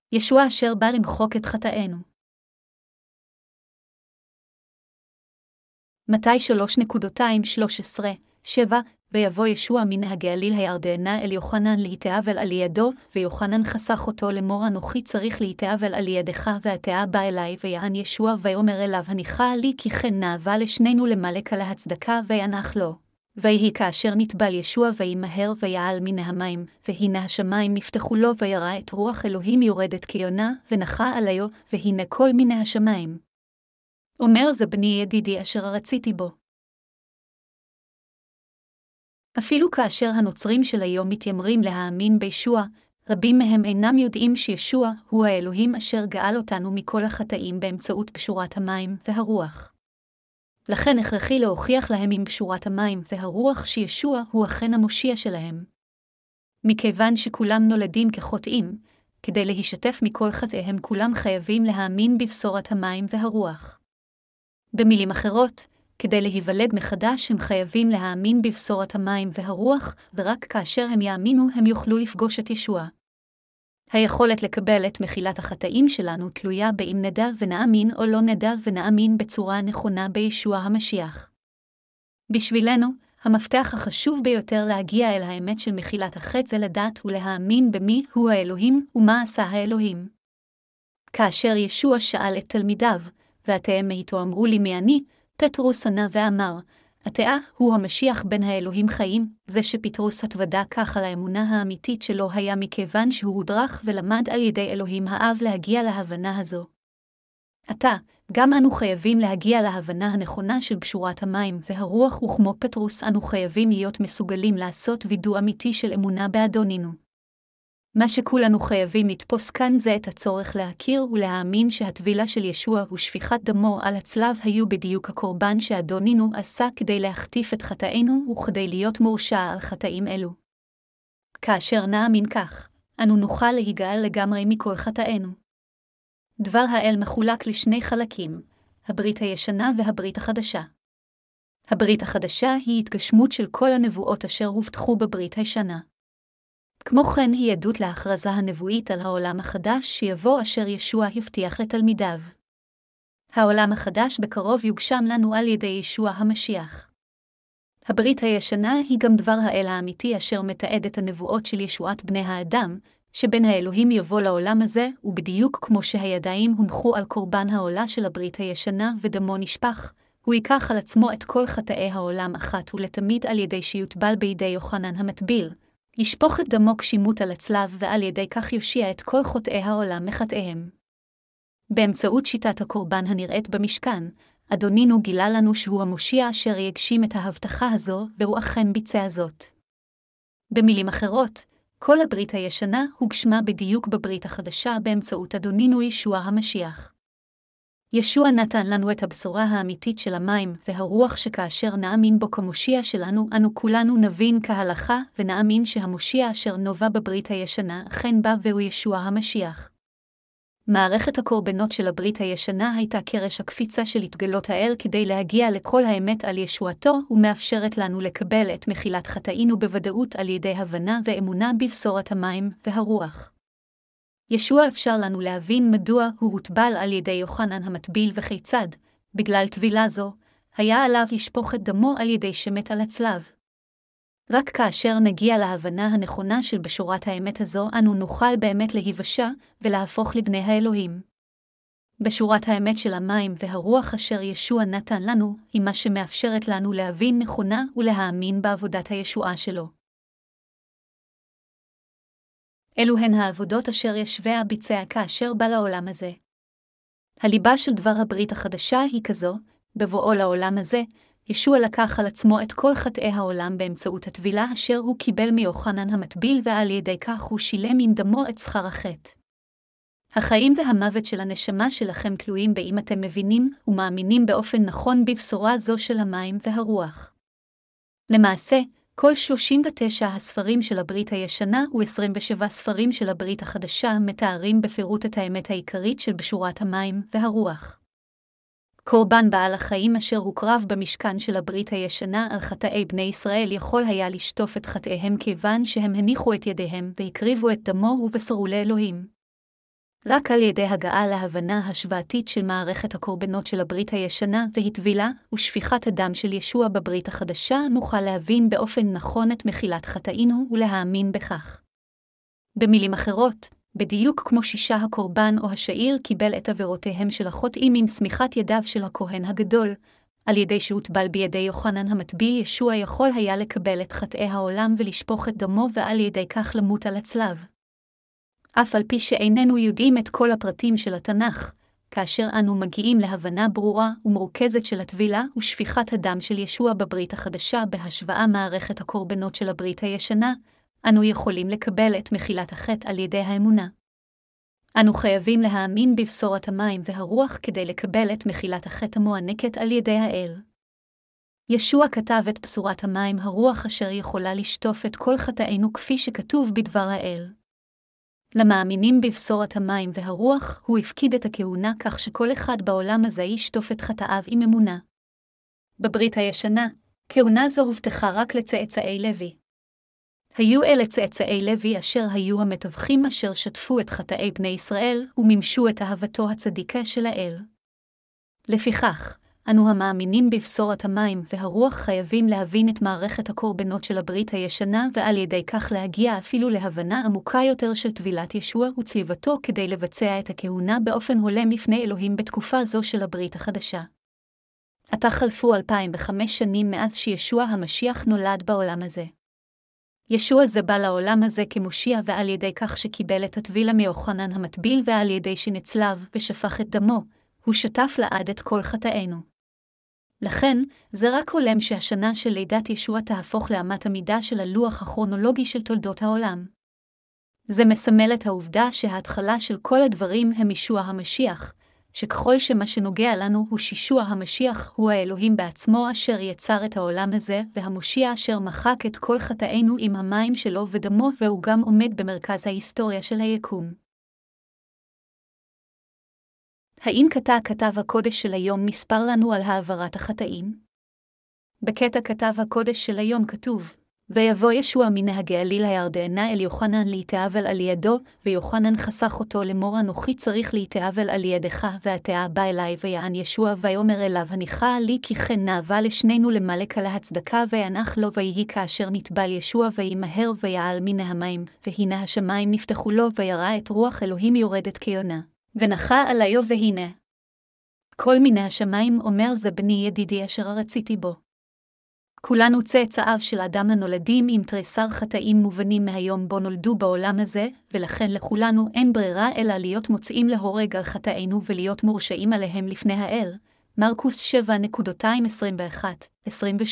ישוע אשר בא למחוק את חטאינו. מתי 3:13-7 ויבוא ישוע מן הגליל הירדנה אל יוחנן להתאבל על ידו, ויוחנן חסך אותו לאמור אנוכי צריך להתאבל על ידך, ואתה בא אליי, ויען ישוע ויאמר אליו הניחה לי כי כן נאווה לשנינו למלק על ההצדקה, וינח לו. ויהי כאשר נטבל ישוע וימהר ויעל מן המים, והנה השמיים נפתחו לו וירא את רוח אלוהים יורדת כיונה, ונחה עליו, והנה כל מיני השמיים. אומר זה בני ידידי אשר רציתי בו. אפילו כאשר הנוצרים של היום מתיימרים להאמין בישוע, רבים מהם אינם יודעים שישוע הוא האלוהים אשר גאל אותנו מכל החטאים באמצעות בשורת המים והרוח. לכן הכרחי להוכיח להם עם בשורת המים והרוח שישוע הוא אכן המושיע שלהם. מכיוון שכולם נולדים כחוטאים, כדי להישטף מכל חטאיהם כולם חייבים להאמין בבשורת המים והרוח. במילים אחרות, כדי להיוולד מחדש הם חייבים להאמין בבשורת המים והרוח, ורק כאשר הם יאמינו הם יוכלו לפגוש את ישוע. היכולת לקבל את מחילת החטאים שלנו תלויה באם נדע ונאמין או לא נדע ונאמין בצורה נכונה בישוע המשיח. בשבילנו, המפתח החשוב ביותר להגיע אל האמת של מחילת החטא זה לדעת ולהאמין במי הוא האלוהים ומה עשה האלוהים. כאשר ישוע שאל את תלמידיו, ואתם איתו אמרו לי מי אני, פטרוס ענה ואמר, אתה הוא המשיח בן האלוהים חיים, זה שפטרוס התוודה כך על האמונה האמיתית שלו היה מכיוון שהוא הודרך ולמד על ידי אלוהים האב להגיע להבנה הזו. עתה, גם אנו חייבים להגיע להבנה הנכונה של בשורת המים והרוח, וכמו פטרוס אנו חייבים להיות מסוגלים לעשות וידוא אמיתי של אמונה באדונינו. מה שכולנו חייבים לתפוס כאן זה את הצורך להכיר ולהאמין שהטבילה של ישוע ושפיכת דמו על הצלב היו בדיוק הקורבן שאדונינו עשה כדי להחטיף את חטאינו וכדי להיות מורשע על חטאים אלו. כאשר נאמין כך, אנו נוכל להיגאל לגמרי מכל חטאינו. דבר האל מחולק לשני חלקים, הברית הישנה והברית החדשה. הברית החדשה היא התגשמות של כל הנבואות אשר הובטחו בברית הישנה. כמו כן היא עדות להכרזה הנבואית על העולם החדש שיבוא אשר ישוע הבטיח לתלמידיו. העולם החדש בקרוב יוגשם לנו על ידי ישוע המשיח. הברית הישנה היא גם דבר האל האמיתי אשר מתעד את הנבואות של ישועת בני האדם, שבן האלוהים יבוא לעולם הזה, ובדיוק כמו שהידיים הונחו על קורבן העולה של הברית הישנה ודמו נשפך, הוא ייקח על עצמו את כל חטאי העולם אחת ולתמיד על ידי שיוטבל בידי יוחנן המטביל. ישפוך את דמו כשימות על הצלב ועל ידי כך יושיע את כל חוטאי העולם מחטאיהם. באמצעות שיטת הקורבן הנראית במשכן, אדונינו גילה לנו שהוא המושיע אשר יגשים את ההבטחה הזו, והוא אכן ביצע זאת. במילים אחרות, כל הברית הישנה הוגשמה בדיוק בברית החדשה באמצעות אדונינו ישוע המשיח. ישוע נתן לנו את הבשורה האמיתית של המים והרוח שכאשר נאמין בו כמושיע שלנו, אנו כולנו נבין כהלכה ונאמין שהמושיע אשר נובע בברית הישנה אכן בא והוא ישוע המשיח. מערכת הקורבנות של הברית הישנה הייתה קרש הקפיצה של התגלות האל כדי להגיע לכל האמת על ישועתו ומאפשרת לנו לקבל את מחילת חטאינו בוודאות על ידי הבנה ואמונה בבשורת המים והרוח. ישוע אפשר לנו להבין מדוע הוא הוטבל על ידי יוחנן המטביל וכיצד, בגלל טבילה זו, היה עליו לשפוך את דמו על ידי שמת על הצלב. רק כאשר נגיע להבנה הנכונה של בשורת האמת הזו, אנו נוכל באמת להיוושע ולהפוך לבני האלוהים. בשורת האמת של המים והרוח אשר ישוע נתן לנו, היא מה שמאפשרת לנו להבין נכונה ולהאמין בעבודת הישועה שלו. אלו הן העבודות אשר ישוע ביצע כאשר בא לעולם הזה. הליבה של דבר הברית החדשה היא כזו, בבואו לעולם הזה, ישוע לקח על עצמו את כל חטאי העולם באמצעות הטבילה אשר הוא קיבל מיוחנן המטביל ועל ידי כך הוא שילם עם דמו את שכר החטא. החיים והמוות של הנשמה שלכם תלויים באם אתם מבינים ומאמינים באופן נכון בבשורה זו של המים והרוח. למעשה, כל 39 הספרים של הברית הישנה ו27 ספרים של הברית החדשה מתארים בפירוט את האמת העיקרית של בשורת המים והרוח. קורבן בעל החיים אשר הוקרב במשכן של הברית הישנה על חטאי בני ישראל יכול היה לשטוף את חטאיהם כיוון שהם הניחו את ידיהם והקריבו את דמו ובשרו לאלוהים. רק על ידי הגעה להבנה השוואתית של מערכת הקורבנות של הברית הישנה והטבילה ושפיכת הדם של ישוע בברית החדשה נוכל להבין באופן נכון את מחילת חטאינו ולהאמין בכך. במילים אחרות, בדיוק כמו שישה הקורבן או השעיר קיבל את עבירותיהם של החוטאים עם סמיכת ידיו של הכהן הגדול, על ידי שהוטבל בידי יוחנן המטביל ישוע יכול היה לקבל את חטאי העולם ולשפוך את דמו ועל ידי כך למות על הצלב. אף על פי שאיננו יודעים את כל הפרטים של התנ"ך, כאשר אנו מגיעים להבנה ברורה ומרוכזת של הטבילה ושפיכת הדם של ישוע בברית החדשה בהשוואה מערכת הקורבנות של הברית הישנה, אנו יכולים לקבל את מחילת החטא על ידי האמונה. אנו חייבים להאמין בבשורת המים והרוח כדי לקבל את מחילת החטא המוענקת על ידי האל. ישוע כתב את בשורת המים הרוח אשר יכולה לשטוף את כל חטאינו כפי שכתוב בדבר האל. למאמינים בבשורת המים והרוח הוא הפקיד את הכהונה כך שכל אחד בעולם הזה ישטוף את חטאיו עם אמונה. בברית הישנה, כהונה זו הובטחה רק לצאצאי לוי. היו אלה צאצאי לוי אשר היו המתווכים אשר שטפו את חטאי בני ישראל ומימשו את אהבתו הצדיקה של האל. לפיכך, אנו המאמינים בבשורת המים והרוח חייבים להבין את מערכת הקורבנות של הברית הישנה ועל ידי כך להגיע אפילו להבנה עמוקה יותר של טבילת ישוע וצליבתו כדי לבצע את הכהונה באופן הולם לפני אלוהים בתקופה זו של הברית החדשה. עתה חלפו 2005 שנים מאז שישוע המשיח נולד בעולם הזה. ישוע זה בא לעולם הזה כמושיע ועל ידי כך שקיבל את הטבילה מיוחנן המטביל ועל ידי שנצלב ושפך את דמו, הוא שטף לעד את כל חטאינו. לכן, זה רק הולם שהשנה של לידת ישוע תהפוך לאמת המידה של הלוח הכרונולוגי של תולדות העולם. זה מסמל את העובדה שההתחלה של כל הדברים הם ישוע המשיח, שככל שמה שנוגע לנו הוא שישוע המשיח הוא האלוהים בעצמו אשר יצר את העולם הזה והמושיע אשר מחק את כל חטאינו עם המים שלו ודמו והוא גם עומד במרכז ההיסטוריה של היקום. האם קטע כתב הקודש של היום מספר לנו על העברת החטאים? בקטע כתב הקודש של היום כתוב, ויבוא ישוע מן הגליל הירדנה אל יוחנן להתאבל על ידו, ויוחנן חסך אותו לאמור אנוכי צריך להתאבל על ידך, ואתה בא אליי ויען ישוע ויאמר אליו הניחה לי כי כן נאווה לשנינו למלק על ההצדקה וינח לו ויהי כאשר נטבל ישוע וימהר ויעל מן המים, והנה השמיים נפתחו לו וירא את רוח אלוהים יורדת כיונה, ונחה עליו והנה. כל מן השמיים אומר זה בני ידידי אשר רציתי בו. כולנו צאצאיו של אדם הנולדים עם תריסר חטאים מובנים מהיום בו נולדו בעולם הזה, ולכן לכולנו אין ברירה אלא להיות מוצאים להורג על חטאינו ולהיות מורשעים עליהם לפני האל. מרקוס 7:21-23.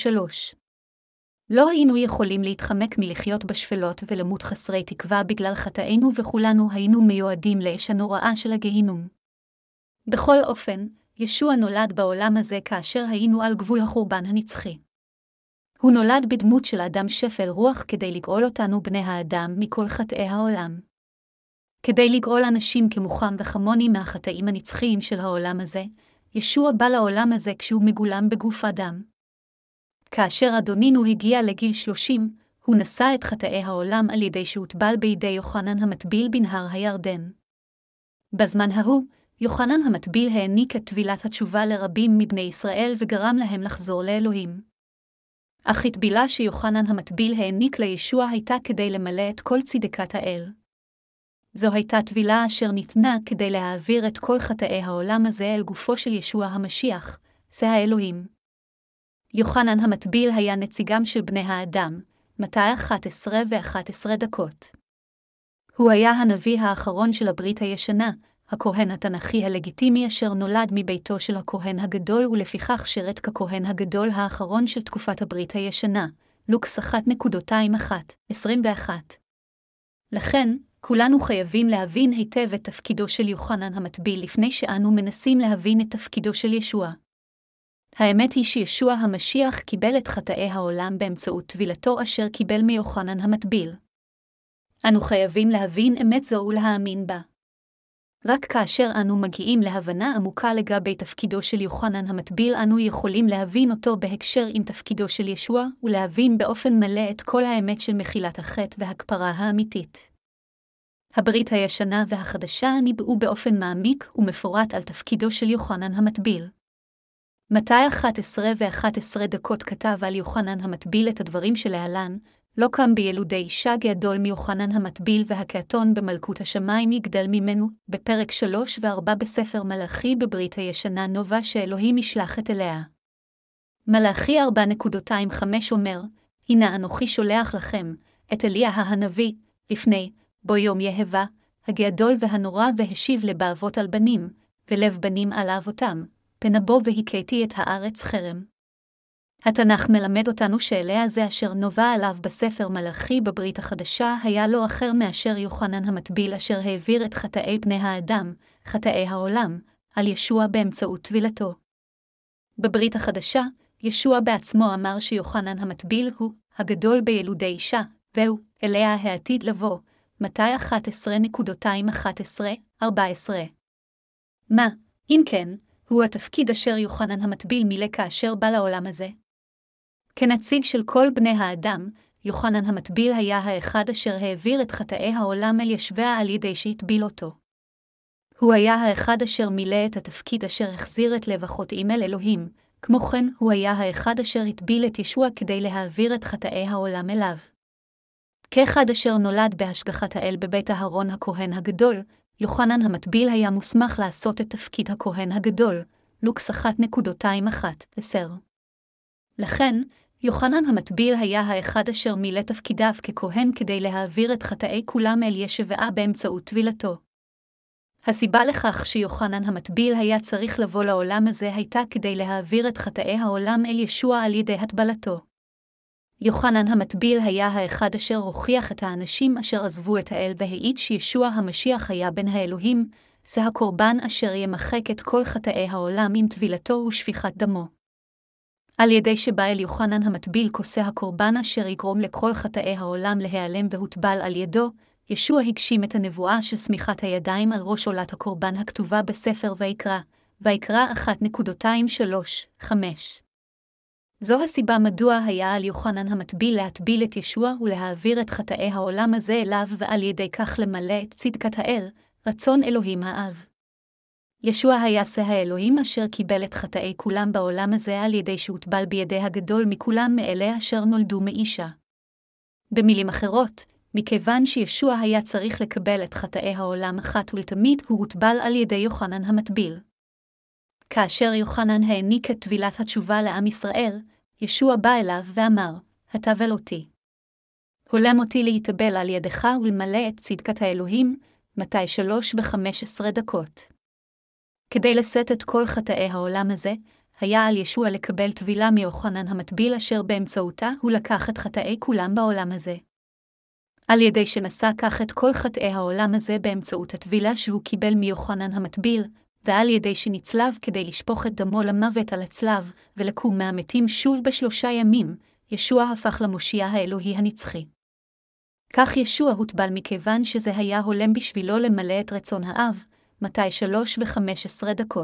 לא היינו יכולים להתחמק מלחיות בשפלות ולמות חסרי תקווה בגלל חטאינו וכולנו היינו מיועדים לאש הנוראה של הגהינום. בכל אופן, ישוע נולד בעולם הזה כאשר היינו על גבול החורבן הנצחי. הוא נולד בדמות של אדם שפל רוח כדי לגאול אותנו בני האדם מכל חטאי העולם. כדי לגאול אנשים כמוכם וכמוני מהחטאים הנצחיים של העולם הזה, ישוע בא לעולם הזה כשהוא מגולם בגוף אדם. כאשר אדונינו הגיע לגיל 30, הוא נשא את חטאי העולם על ידי שהוטבל בידי יוחנן המטביל בנהר הירדן. בזמן ההוא, יוחנן המטביל העניק את טבילת התשובה לרבים מבני ישראל וגרם להם לחזור לאלוהים. אך הטבילה שיוחנן המטביל העניק לישוע הייתה כדי למלא את כל צדקת האל. זו הייתה טבילה אשר ניתנה כדי להעביר את כל חטאי העולם הזה אל גופו של ישוע המשיח, זה האלוהים. יוחנן המטביל היה נציגם של בני האדם, מתי 11:11. הוא היה הנביא האחרון של הברית הישנה, הכהן התנ"כי הלגיטימי אשר נולד מביתו של הכהן הגדול ולפיכך שירת ככהן הגדול האחרון של תקופת הברית הישנה, לוקס 1:1-21. לכן, כולנו חייבים להבין היטב את תפקידו של יוחנן המטביל לפני שאנו מנסים להבין את תפקידו של ישוע. האמת היא שישוע המשיח קיבל את חטאי העולם באמצעות טבילתו אשר קיבל מיוחנן המטביל. אנו חייבים להבין אמת זו ולהאמין בה. רק כאשר אנו מגיעים להבנה עמוקה לגבי תפקידו של יוחנן המטביל, אנו יכולים להבין אותו בהקשר עם תפקידו של ישוע, ולהבין באופן מלא את כל האמת של מחילת החטא והכפרה האמיתית. הברית הישנה והחדשה ניבאו באופן מעמיק ומפורט על תפקידו של יוחנן המטביל. מתי 11:11 כתב על יוחנן המטביל את הדברים שלהלן, לא קם בילודי אישה גדול מיוחנן המטביל והקהתון במלכות השמיים יגדל ממנו, בפרק 3 ו-4 בספר מלאכי בברית הישנה נובע שאלוהים ישלחת אליה. מלאכי 4.25 אומר, הנה אנוכי שולח לכם, את אליה הנביא, לפני, בו יום יהבה, הגדול והנורא והשיב לב אבות על בנים, ולב בנים על אבותם, פן אבוא והכיתי את הארץ חרם. התנ"ך מלמד אותנו שאליה זה אשר נובע עליו בספר מלאכי בברית החדשה היה לא אחר מאשר יוחנן המטביל אשר העביר את חטאי בני האדם, חטאי העולם, על ישוע באמצעות טבילתו. בברית החדשה, ישוע בעצמו אמר שיוחנן המטביל הוא הגדול בילודי אישה, והוא אליה העתיד לבוא, מתי 11:11-14. מה, אם כן, הוא התפקיד אשר יוחנן המטביל מילא כאשר בא לעולם הזה? כנציג של כל בני האדם, יוחנן המטביל היה האחד אשר העביר את חטאי העולם אל ישוע על ידי שהטביל אותו. הוא היה האחד אשר מילא את התפקיד אשר החזיר את לב החוטאים אל אלוהים, כמו כן הוא היה האחד אשר הטביל את ישוע כדי להעביר את חטאי העולם אליו. כאחד אשר נולד בהשגחת האל בבית אהרון הכהן הגדול, יוחנן המטביל היה מוסמך לעשות את תפקיד הכהן הגדול, לוקס 1:1-10. לכן, יוחנן המטביל היה האחד אשר מילא תפקידיו ככהן כדי להעביר את חטאי כולם אל ישוע באמצעות טבילתו. הסיבה לכך שיוחנן המטביל היה צריך לבוא לעולם הזה הייתה כדי להעביר את חטאי העולם אל ישוע על ידי הטבלתו. יוחנן המטביל היה האחד אשר הוכיח את האנשים אשר עזבו את האל והעיד שישוע המשיח היה בן האלוהים, זה הקורבן אשר ימחק את כל חטאי העולם עם טבילתו ושפיכת דמו. על ידי שבא אל יוחנן המטביל כוסה הקורבן אשר יגרום לכל חטאי העולם להיעלם והוטבל על ידו, ישוע הגשים את הנבואה של סמיכת הידיים על ראש עולת הקורבן הכתובה בספר ויקרא 1:2-3-5. זו הסיבה מדוע היה על יוחנן המטביל להטביל את ישוע ולהעביר את חטאי העולם הזה אליו ועל ידי כך למלא את צדקת האל, רצון אלוהים האב. ישוע היה שא האלוהים אשר קיבל את חטאי כולם בעולם הזה על ידי שהוטבל בידי הגדול מכולם מאלה אשר נולדו מאישה. במילים אחרות, מכיוון שישוע היה צריך לקבל את חטאי העולם אחת ולתמיד, הוא הוטבל על ידי יוחנן המטביל. כאשר יוחנן העניק את טבילת התשובה לעם ישראל, ישוע בא אליו ואמר, הטבל אותי. הולם אותי להתאבל על ידך ולמלא את צדקת האלוהים, מתי 3:15. כדי לשאת את כל חטאי העולם הזה, היה על ישוע לקבל טבילה מיוחנן המטביל אשר באמצעותה הוא לקח את חטאי כולם בעולם הזה. על ידי שנשא כך את כל חטאי העולם הזה באמצעות הטבילה שהוא קיבל מיוחנן המטביל, ועל ידי שנצלב כדי לשפוך את דמו למוות על הצלב, ולקום מהמתים שוב ב3 ימים, ישוע הפך למושיע האלוהי הנצחי. כך ישוע הוטבל מכיוון שזה היה הולם בשבילו למלא את רצון האב, מתי 3:15.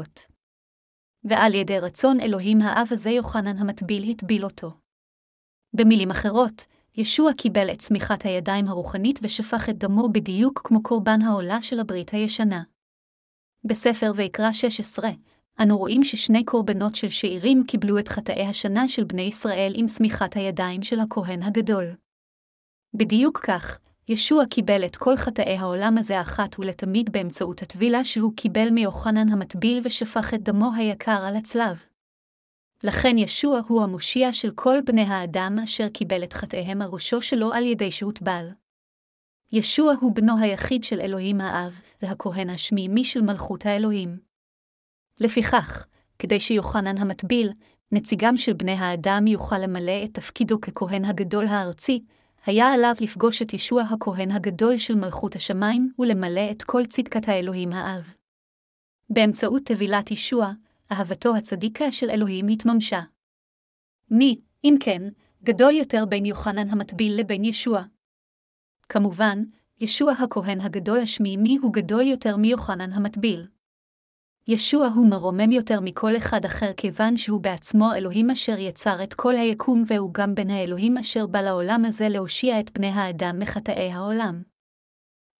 ועל ידי רצון אלוהים האב הזה יוחנן המטביל הטביל אותו. במילים אחרות, ישוע קיבל את צמיחת הידיים הרוחנית ושפך את דמו בדיוק כמו קורבן העולה של הברית הישנה. בספר ויקרא 16, אנו רואים ששני קורבנות של שעירים קיבלו את חטאי השנה של בני ישראל עם צמיחת הידיים של הכהן הגדול. בדיוק כך, ישוע קיבל את כל חטאי העולם הזה אחת ולתמיד באמצעות הטבילה שהוא קיבל מיוחנן המטביל ושפך את דמו היקר על הצלב. לכן ישוע הוא המושיע של כל בני האדם אשר קיבל את חטאיהם הראשו שלו על ידי שהוטבל. ישוע הוא בנו היחיד של אלוהים האב, והכהן השמימי של מלכות האלוהים. לפיכך, כדי שיוחנן המטביל, נציגם של בני האדם יוכל למלא את תפקידו ככהן הגדול הארצי, היה עליו לפגוש את ישוע הכהן הגדול של מלכות השמיים ולמלא את כל צדקת האלוהים האב. באמצעות טבילת ישוע, אהבתו הצדיקה של אלוהים התממשה. מי, אם כן, גדול יותר בין יוחנן המטביל לבין ישוע? כמובן, ישוע הכהן הגדול השמימי הוא גדול יותר מיוחנן המטביל. ישוע הוא מרומם יותר מכל אחד אחר כיוון שהוא בעצמו אלוהים אשר יצר את כל היקום והוא גם בן האלוהים אשר בא לעולם הזה להושיע את בני האדם מחטאי העולם.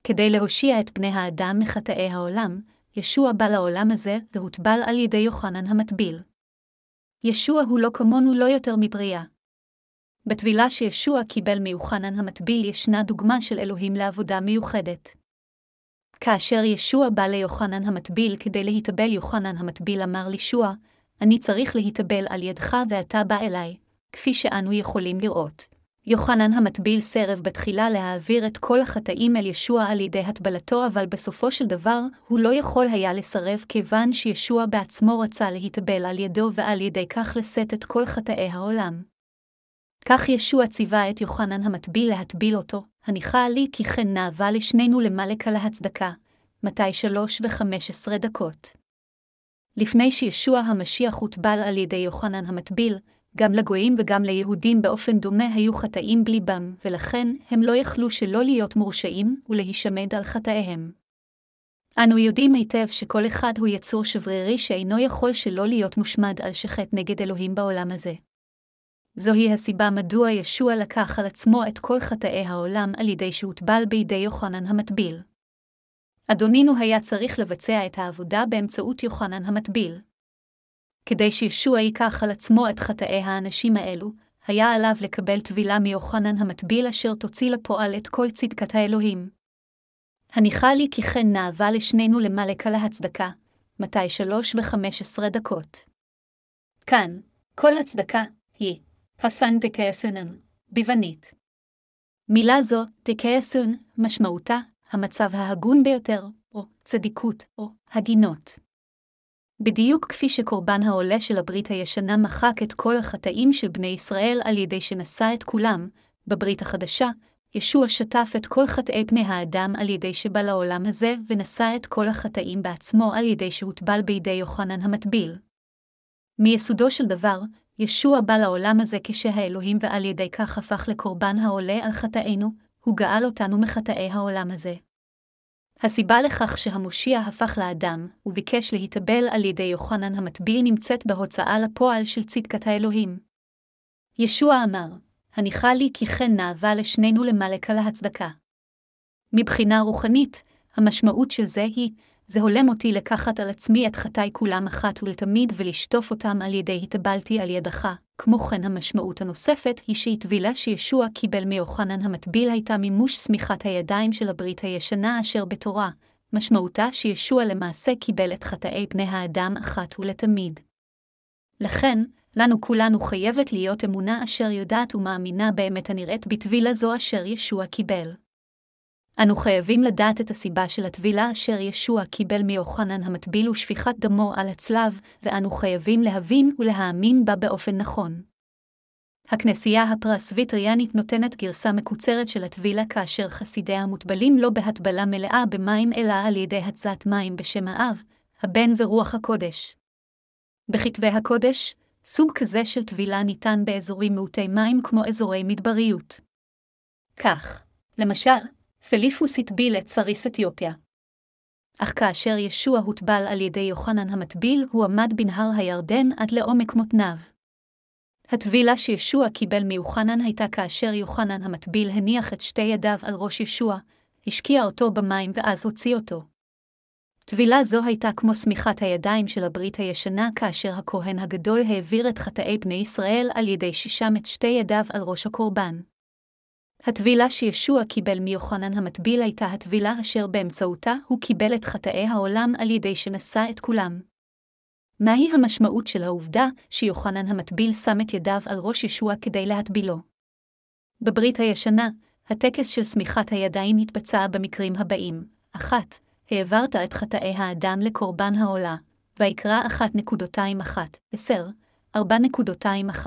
כדי להושיע את בני האדם מחטאי העולם, ישוע בא לעולם הזה והוטבל על ידי יוחנן המטביל. ישוע הוא לא כמונו, לא יותר מבריאה. בטבילה שישוע קיבל מיוחנן המטביל ישנה דוגמה של אלוהים לעבודה מיוחדת. כאשר ישוע בא ליוחנן המטביל כדי להתאבל, יוחנן המטביל אמר לישוע, אני צריך להתאבל על ידך ואתה בא אליי, כפי שאנו יכולים לראות. יוחנן המטביל סירב בתחילה להעביר את כל החטאים אל ישוע על ידי הטבלתו, אבל בסופו של דבר הוא לא יכול היה לסרב כיוון שישוע בעצמו רצה להתאבל על ידו ועל ידי כך לשאת את כל חטאי העולם. כך ישוע ציווה את יוחנן המטביל להטביל אותו, הניחה לי כי כן נאווה לשנינו למלך על ההצדקה, מתי 3:15. לפני שישוע המשיח הוטבל על ידי יוחנן המטביל, גם לגויים וגם ליהודים באופן דומה היו חטאים בליבם, ולכן הם לא יכלו שלא להיות מורשעים ולהישמד על חטאיהם. אנו יודעים היטב שכל אחד הוא יצור שברירי שאינו יכול שלא להיות מושמד על שחט נגד אלוהים בעולם הזה. זוהי הסיבה מדוע ישוע לקח על עצמו את כל חטאי העולם על ידי שהוטבל בידי יוחנן המטביל. אדונינו היה צריך לבצע את העבודה באמצעות יוחנן המטביל. כדי שישוע ייקח על עצמו את חטאי האנשים האלו, היה עליו לקבל טבילה מיוחנן המטביל אשר תוציא לפועל את כל צדקת האלוהים. הניחה לי כי כן נאווה לשנינו למלך על ההצדקה, מתי 3:15. כאן, כל הצדקה היא פסן דקייסונן, ביוונית. מילה זו, דקייסון, משמעותה, המצב ההגון ביותר, או צדיקות, או הגינות. בדיוק כפי שקורבן העולה של הברית הישנה מחק את כל החטאים של בני ישראל על ידי שנשא את כולם, בברית החדשה, ישוע שטף את כל חטאי בני האדם על ידי שבא לעולם הזה ונשא את כל החטאים בעצמו על ידי שהוטבל בידי יוחנן המטביל. מיסודו של דבר, ישוע בא לעולם הזה כשהאלוהים ועל ידי כך הפך לקורבן העולה על חטאינו, הוא גאל אותנו מחטאי העולם הזה. הסיבה לכך שהמושיע הפך לאדם וביקש להתאבל על ידי יוחנן המטביל נמצאת בהוצאה לפועל של צדקת האלוהים. ישוע אמר, הניחה לי כי כן נאווה לשנינו למלך על ההצדקה. מבחינה רוחנית, המשמעות של זה היא, זה הולם אותי לקחת על עצמי את חטאי כולם אחת ולתמיד ולשטוף אותם על ידי התאבלתי על ידך. כמו כן המשמעות הנוספת היא שהטבילה שישוע קיבל מיוחנן המטביל הייתה מימוש סמיכת הידיים של הברית הישנה אשר בתורה, משמעותה שישוע למעשה קיבל את חטאי בני האדם אחת ולתמיד. לכן, לנו כולנו חייבת להיות אמונה אשר יודעת ומאמינה באמת הנראית בטבילה זו אשר ישוע קיבל. אנו חייבים לדעת את הסיבה של הטבילה אשר ישוע קיבל מיוחנן המטביל ושפיכת דמו על הצלב, ואנו חייבים להבין ולהאמין בה באופן נכון. הכנסייה הפרסביטריאנית נותנת גרסה מקוצרת של הטבילה כאשר חסידיה מוטבלים לא בהטבלה מלאה במים אלא על ידי הצעת מים בשם האב, הבן ורוח הקודש. בכתבי הקודש, סוג כזה של טבילה ניתן באזורים מעוטי מים כמו אזורי מדבריות. כך, למשל, פיליפוס הטביל את סריס אתיופיה. אך כאשר ישוע הוטבל על ידי יוחנן המטביל, הוא עמד בנהר הירדן עד לעומק מותניו. הטבילה שישוע קיבל מיוחנן הייתה כאשר יוחנן המטביל הניח את שתי ידיו על ראש ישוע, השקיע אותו במים ואז הוציא אותו. טבילה זו הייתה כמו סמיכת הידיים של הברית הישנה כאשר הכהן הגדול העביר את חטאי בני ישראל על ידי ששם את שתי ידיו על ראש הקורבן. הטבילה שישוע קיבל מיוחנן המטביל הייתה הטבילה אשר באמצעותה הוא קיבל את חטאי העולם על ידי שנשא את כולם. מהי המשמעות של העובדה שיוחנן המטביל שם את ידיו על ראש ישוע כדי להטבילו? בברית הישנה, הטקס של סמיכת הידיים התבצע במקרים הבאים: 1. העברת את חטאי האדם לקורבן העולה, ויקרא 1.21, 10, 4.21,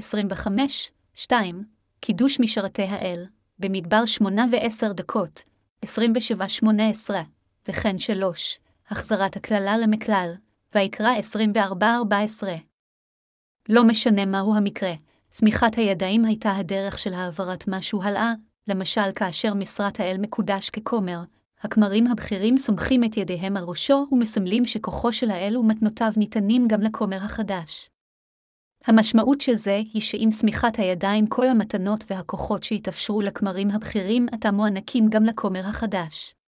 25, 2, קידוש משרתי האל, במדבר 8:10, 27:18, וכן 3, החזרת הכללה למקלל, ויקרא 24:14. לא משנה מהו המקרה, סמיכת הידיים הייתה הדרך של העברת משהו הלאה, למשל כאשר משרת האל מקודש ככומר, הכמרים הבכירים סומכים את ידיהם על ראשו ומסמלים שכוחו של האל ומתנותיו ניתנים גם לכומר החדש. המשמעות של זה היא שעם סמיכת הידיים כל המתנות והכוחות שהתאפשרו לכמרים הבכירים עתה מוענקים גם לכומר החדש.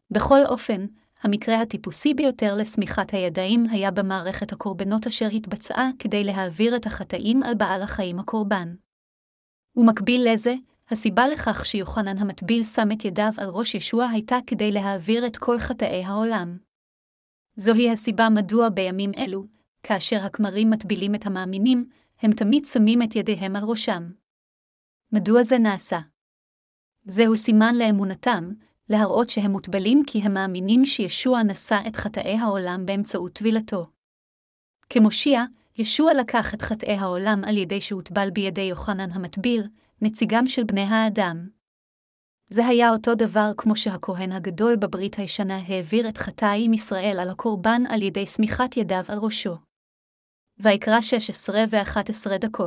בכל אופן, המקרה הטיפוסי ביותר לסמיכת הידיים היה במערכת הקורבנות אשר התבצעה כדי להעביר את החטאים על בעל החיים הקורבן. ומקביל לזה, הסיבה לכך שיוחנן המטביל שם את ידיו על ראש ישוע הייתה כדי להעביר את כל חטאי העולם. זוהי הסיבה מדוע בימים אלו, כאשר הכמרים מטבילים את המאמינים, הם תמיד שמים את ידיהם על ראשם. מדוע זה נעשה? זהו סימן לאמונתם, להראות שהם מוטבלים כי הם מאמינים שישוע נשא את חטאי העולם באמצעות טבילתו. כמושיע, ישוע לקח את חטאי העולם על ידי שהוטבל בידי יוחנן המטביל, נציגם של בני האדם. זה היה אותו דבר כמו שהכהן הגדול בברית הישנה העביר את חטאי עם ישראל על הקורבן על ידי סמיכת ידיו על ראשו. ויקרא 16 ו-11.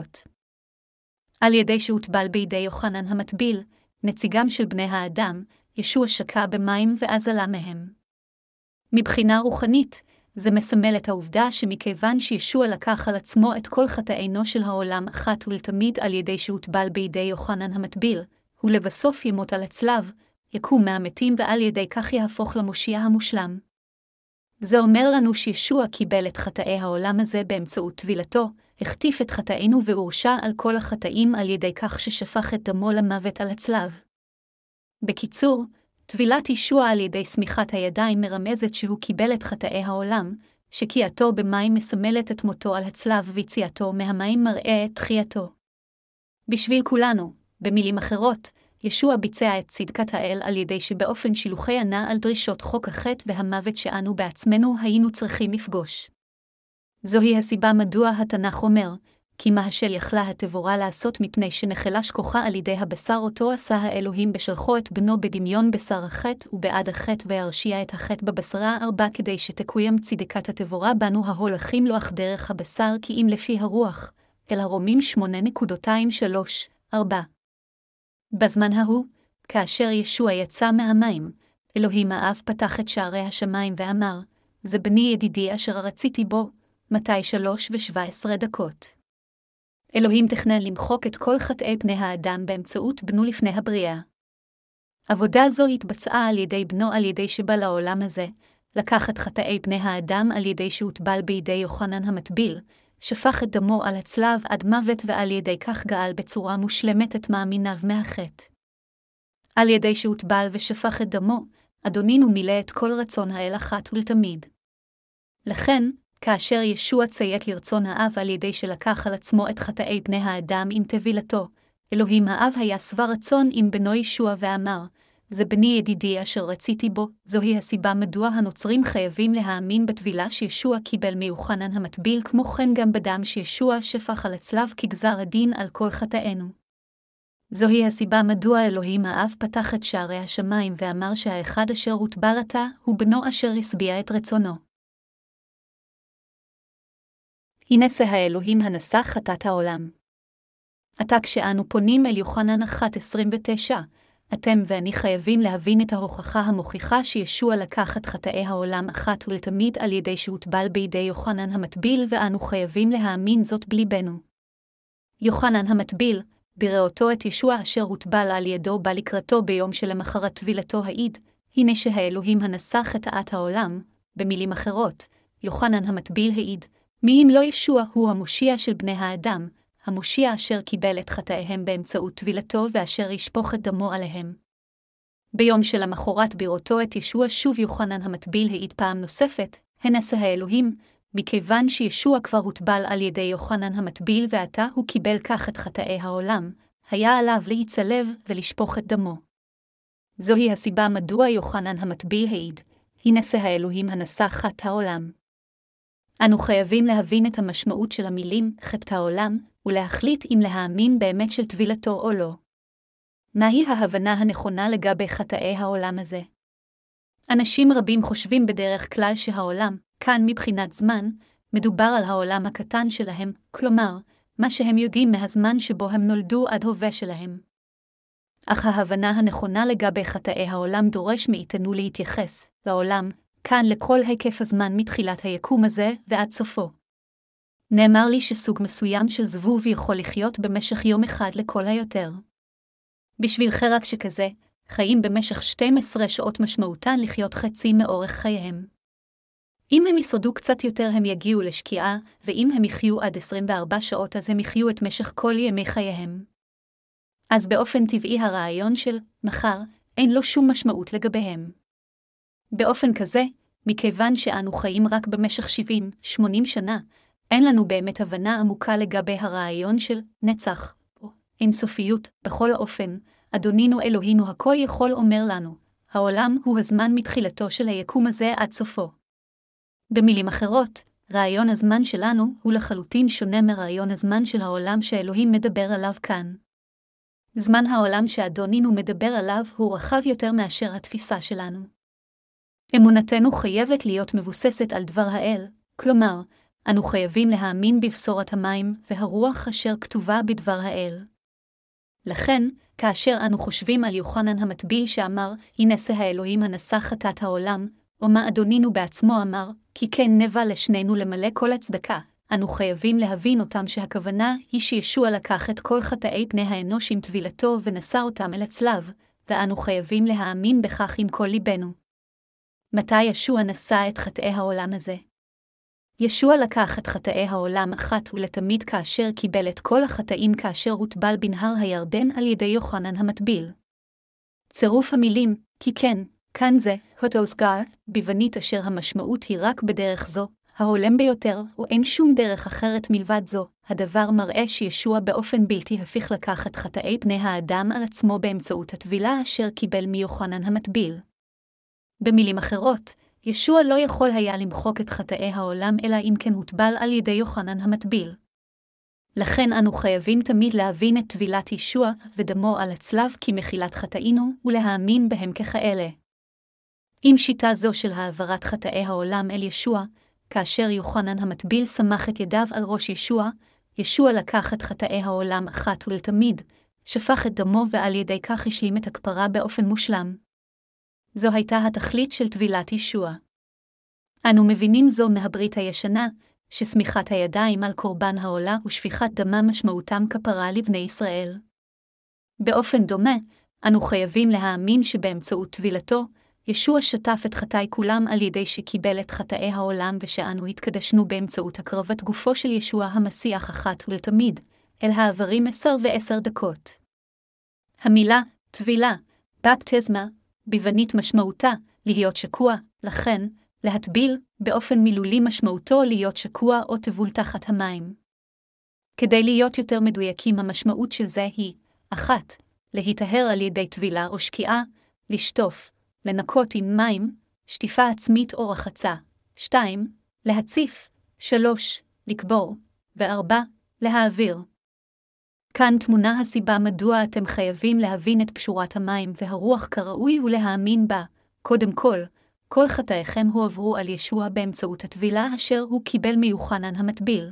על ידי שהוטבל בידי יוחנן המטביל, נציגם של בני האדם, ישוע שקע במים ואז עלה מהם. מבחינה רוחנית, זה מסמל את העובדה שמכיוון שישוע לקח על עצמו את כל חטאינו של העולם אחת ולתמיד על ידי שהוטבל בידי יוחנן המטביל, ולבסוף ימות על הצלב, יקום מהמתים ועל ידי כך יהפוך למושיע המושלם. זה אומר לנו שישוע קיבל את חטאי העולם הזה באמצעות טבילתו, החטיף את חטאינו והורשע על כל החטאים על ידי כך ששפך את דמו למוות על הצלב. בקיצור, טבילת ישוע על ידי סמיכת הידיים מרמזת שהוא קיבל את חטאי העולם, שקיעתו במים מסמלת את מותו על הצלב ויציאתו מהמים מראה את תחייתו. בשביל כולנו, במילים אחרות, ישוע ביצע את צדקת האל על ידי שבאופן שילוחי ענה על דרישות חוק החטא והמוות שאנו בעצמנו היינו צריכים לפגוש. זוהי הסיבה מדוע התנ"ך אומר, כי מה אשר יכלה התבורה לעשות מפני שנחלש כוחה על ידי הבשר אותו עשה האלוהים בשלחו את בנו בדמיון בשר החטא ובעד החטא וירשיע את החטא בבשרה 4 כדי שתקוים צדקת התבורה בנו ההולכים לו אך דרך הבשר כי אם לפי הרוח, אל הרומים 8.2-3-4. בזמן ההוא, כאשר ישוע יצא מהמים, אלוהים האב פתח את שערי השמיים ואמר, זה בני ידידי אשר רציתי בו, מתי 3:17. אלוהים תכנן למחוק את כל חטאי פני האדם באמצעות בנו לפני הבריאה. עבודה זו התבצעה על ידי בנו על ידי שבא לעולם הזה, לקח את חטאי פני האדם על ידי שהוטבל בידי יוחנן המטביל, שפך את דמו על הצלב עד מוות ועל ידי כך גאל בצורה מושלמת את מאמיניו מהחטא. על ידי שהוטבל ושפך את דמו, אדונינו מילא את כל רצון האל אחת ולתמיד. לכן, כאשר ישוע ציית לרצון האב על ידי שלקח על עצמו את חטאי פני האדם עם טבילתו, אלוהים האב היה שבע רצון עם בנו ישוע ואמר, זה בני ידידי אשר רציתי בו. זוהי הסיבה מדוע הנוצרים חייבים להאמין בטבילה שישוע קיבל מיוחנן המטביל, כמו כן גם בדם שישוע שפך על הצלב כגזר הדין על כל חטאינו. זוהי הסיבה מדוע אלוהים האב פתח את שערי השמיים ואמר שהאחד אשר הוטבל עתה הוא בנו אשר השביע את רצונו. הנה זה האלוהים הנשא חטאת העולם. עתה כשאנו פונים אל יוחנן 1:29, אתם ואני חייבים להבין את ההוכחה המוכיחה שישוע לקח את חטאי העולם אחת ולתמיד על ידי שהוטבל בידי יוחנן המטביל, ואנו חייבים להאמין זאת בליבנו. יוחנן המטביל, בראותו את ישוע אשר הוטבל על ידו בא לקראתו ביום שלמחרת טבילתו העיד, הנה שהאלוהים הנשא חטאת העולם. במילים אחרות, יוחנן המטביל העיד, מי אם לא ישוע הוא המושיע של בני האדם, המושיע אשר קיבל את חטאיהם באמצעות טבילתו ואשר ישפוך את דמו עליהם. ביום שלמחרת בראותו את ישוע שוב יוחנן המטביל העיד פעם נוספת, הנשא האלוהים, מכיוון שישוע כבר הוטבל על ידי יוחנן המטביל ועתה הוא קיבל כך את חטאי העולם, היה עליו להצלב ולשפוך את דמו. זוהי הסיבה מדוע יוחנן המטביל העיד, הנשא האלוהים הנשא חטאת העולם. אנו חייבים להבין את המשמעות של המילים חטאת העולם, ולהחליט אם להאמין באמת של טבילתו או לא. מהי ההבנה הנכונה לגבי חטאי העולם הזה? אנשים רבים חושבים בדרך כלל שהעולם, כאן מבחינת זמן, מדובר על העולם הקטן שלהם, כלומר, מה שהם יודעים מהזמן שבו הם נולדו עד הווה שלהם. אך ההבנה הנכונה לגבי חטאי העולם דורש מאיתנו להתייחס לעולם, כאן לכל היקף הזמן מתחילת היקום הזה ועד סופו. נאמר לי שסוג מסוים של זבוב יכול לחיות במשך יום אחד לכל היותר. בשביל חרק שכזה, חיים במשך 12 שעות משמעותן לחיות חצי מאורך חייהם. אם הם ישרדו קצת יותר הם יגיעו לשקיעה, ואם הם יחיו עד 24 שעות אז הם יחיו את משך כל ימי חייהם. אז באופן טבעי הרעיון של מחר אין לו שום משמעות לגביהם. באופן כזה, מכיוון שאנו חיים רק במשך 70-80 שנה, אין לנו באמת הבנה עמוקה לגבי הרעיון של נצח, או אינסופיות. בכל אופן, אדונינו אלוהינו הכל יכול אומר לנו, העולם הוא הזמן מתחילתו של היקום הזה עד סופו. במילים אחרות, רעיון הזמן שלנו הוא לחלוטין שונה מרעיון הזמן של העולם שאלוהים מדבר עליו כאן. זמן העולם שאדונינו מדבר עליו הוא רחב יותר מאשר התפיסה שלנו. אמונתנו חייבת להיות מבוססת על דבר האל, כלומר, אנו חייבים להאמין בבשורת המים והרוח אשר כתובה בדבר האל. לכן, כאשר אנו חושבים על יוחנן המטביל שאמר, הנשא האלוהים הנשא חטאת העולם, או מה אדונינו בעצמו אמר, כי כן נבע לשנינו למלא כל הצדקה, אנו חייבים להבין אותם שהכוונה היא שישוע לקח את כל חטאי פני האנוש עם טבילתו ונשא אותם אל הצלב, ואנו חייבים להאמין בכך עם כל ליבנו. מתי ישוע נשא את חטאי העולם הזה? ישוע לקח את חטאי העולם אחת ולתמיד כאשר קיבל את כל החטאים כאשר הוטבל בנהר הירדן על ידי יוחנן המטביל. צירוף המילים, כי כן, כאן זה, הוטוסגר, ביוונית אשר המשמעות היא רק בדרך זו, ההולם ביותר, ואין שום דרך אחרת מלבד זו, הדבר מראה שישוע באופן בלתי הפיך לקח את חטאי פני האדם על עצמו באמצעות הטבילה אשר קיבל מיוחנן המטביל. במילים אחרות, ישוע לא יכול היה למחוק את חטאי העולם אלא אם כן הוטבל על ידי יוחנן המטביל. לכן אנו חייבים תמיד להבין את טבילת ישוע ודמו על הצלב כמחילת חטאינו ולהאמין בהם ככאלה. עם שיטה זו של העברת חטאי העולם אל ישוע, כאשר יוחנן המטביל סמך את ידיו על ראש ישוע, ישוע לקח את חטאי העולם אחת ולתמיד, שפך את דמו ועל ידי כך השלים את הכפרה באופן מושלם. זו הייתה התכלית של טבילת ישוע. אנו מבינים זו מהברית הישנה, שסמיכת הידיים על קורבן העולה ושפיכת דמה משמעותם כפרה לבני ישראל. באופן דומה, אנו חייבים להאמין שבאמצעות טבילתו, ישוע שטף את חטאי כולם על ידי שקיבל את חטאי העולם ושאנו התקדשנו באמצעות הקרבת גופו של ישוע המסיח אחת ולתמיד, אל העברים 10 ו10 דקות. המילה, טבילה, בפטיזמה, ביוונית משמעותה, להיות שקוע, לכן, להטביל, באופן מילולי משמעותו להיות שקוע או טבול תחת המים. כדי להיות יותר מדויקים המשמעות של זה היא, 1. להיטהר על ידי טבילה או שקיעה, לשטוף, לנקות עם מים, שטיפה עצמית או רחצה, 2. להציף, 3. לקבור, ו4. להעביר. כאן תמונה הסיבה מדוע אתם חייבים להבין את פשורת המים והרוח כראוי ולהאמין בה. קודם כל חטאיכם הועברו על ישוע באמצעות הטבילה אשר הוא קיבל מיוחנן המטביל.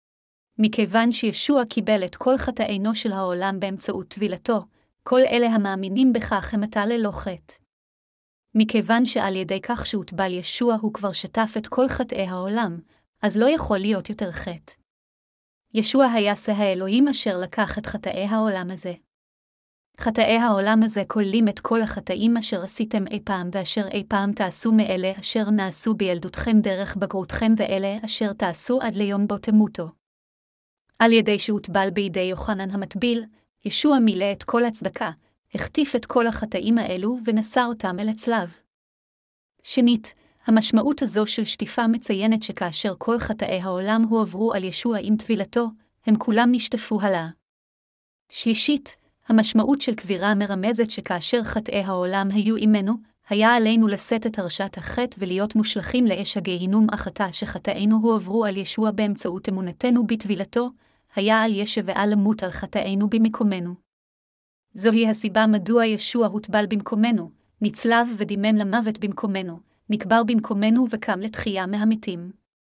מכיוון שישוע קיבל את כל חטאינו של העולם באמצעות טבילתו, כל אלה המאמינים בכך הם עתה ללא חטא. מכיוון שעל ידי כך שהוטבל ישוע הוא כבר שטף את כל חטאי העולם, אז לא יכול להיות יותר חטא. ישוע היה שא האלוהים אשר לקח את חטאי העולם הזה. חטאי העולם הזה כוללים את כל החטאים אשר עשיתם אי פעם ואשר אי פעם תעשו מאלה אשר נעשו בילדותכם דרך בגרותכם ואלה אשר תעשו עד ליום בו תמותו. על ידי שהוטבל בידי יוחנן המטביל, ישוע מילא את כל הצדקה, החטיף את כל החטאים האלו ונשא אותם אל הצלב. שנית, המשמעות הזו של שטיפה מציינת שכאשר כל חטאי העולם הועברו על ישוע עם טבילתו, הם כולם נשטפו הלאה. שלישית, המשמעות של קבירה מרמזת שכאשר חטאי העולם היו עמנו, היה עלינו לשאת את הרשעת החטא ולהיות מושלכים לאש הגיהינום אחתה שחטאינו הועברו על ישוע באמצעות אמונתנו בטבילתו, היה על ישוע למות על חטאינו במקומנו. זוהי הסיבה מדוע ישוע הוטבל במקומנו, נצלב ודימם למוות במקומנו, נקבר במקומנו וקם לתחייה מהמתים.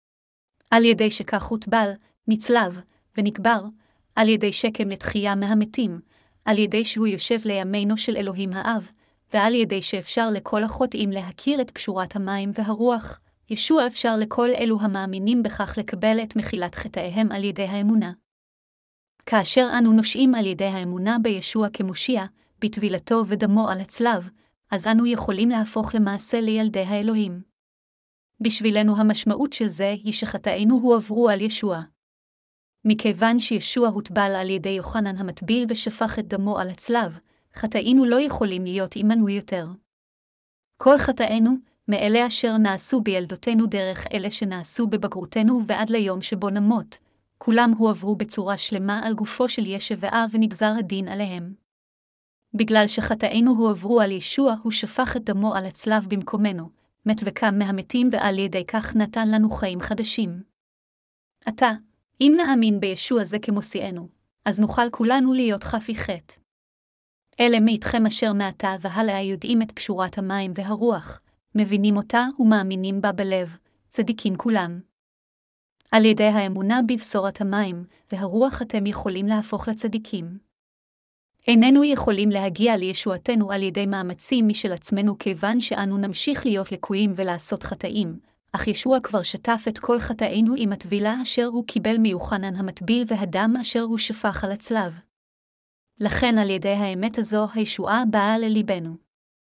על ידי שכך הוטבל, נצלב ונקבר, על ידי שקם לתחייה מהמתים, על ידי שהוא יושב לימינו של אלוהים האב, ועל ידי שאפשר לכל החוטאים להכיר את פשורת המים והרוח, ישוע אפשר לכל אלו המאמינים בכך לקבל את מחילת חטאיהם על ידי האמונה. כאשר אנו נושעים על ידי האמונה בישוע כמושיע, בטבילתו ודמו על הצלב, אז אנו יכולים להפוך למעשה לילדי האלוהים. בשבילנו המשמעות של זה היא שחטאינו הועברו על ישוע. מכיוון שישוע הוטבל על ידי יוחנן המטביל ושפך את דמו על הצלב, חטאינו לא יכולים להיות עמנו יותר. כל חטאינו, מאלה אשר נעשו בילדותנו דרך אלה שנעשו בבגרותנו ועד ליום שבו נמות, כולם הועברו בצורה שלמה על גופו של ישוע ונגזר הדין עליהם. בגלל שחטאינו הועברו על ישוע, הוא שפך את דמו על הצלב במקומנו, מת וקם מהמתים ועל ידי כך נתן לנו חיים חדשים. עתה, אם נאמין בישוע זה כמושיענו, אז נוכל כולנו להיות חפי חטא. אלה מאיתכם אשר מעתה והלאה יודעים את פשורת המים והרוח, מבינים אותה ומאמינים בה בלב, צדיקים כולם. על ידי האמונה בבשורת המים והרוח אתם יכולים להפוך לצדיקים. איננו יכולים להגיע לישועתנו על ידי מאמצים משל עצמנו כיוון שאנו נמשיך להיות לקויים ולעשות חטאים, אך ישוע כבר שטף את כל חטאינו עם הטבילה אשר הוא קיבל מיוחנן המטביל והדם אשר הוא שפך על הצלב. לכן על ידי האמת הזו הישועה באה לליבנו.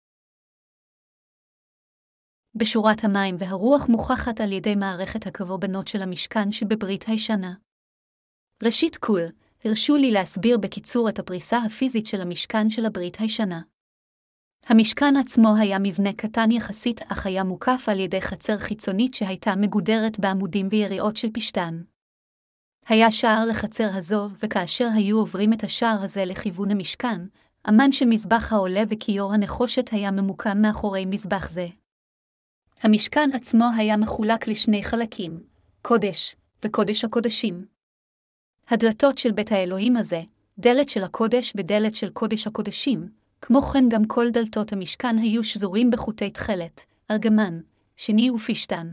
בשורת המים והרוח מוכחת על ידי מערכת הקורבנות של המשכן שבברית הישנה. ראשית כל, הרשו לי להסביר בקיצור את הפריסה הפיזית של המשכן של הברית הישנה. המשכן עצמו היה מבנה קטן יחסית אך היה מוקף על ידי חצר חיצונית שהייתה מגודרת בעמודים ויריעות של פשתן. היה שער לחצר הזו, וכאשר היו עוברים את השער הזה לכיוון המשכן, אמן שמזבח העולה וכיור הנחושת היה ממוקם מאחורי מזבח זה. המשכן עצמו היה מחולק לשני חלקים, קודש וקודש הקודשים. הדלתות של בית האלוהים הזה, דלת של הקודש ודלת של קודש הקודשים, כמו כן גם כל דלתות המשכן היו שזורים בחוטי תכלת, ארגמן, שני ופשתן.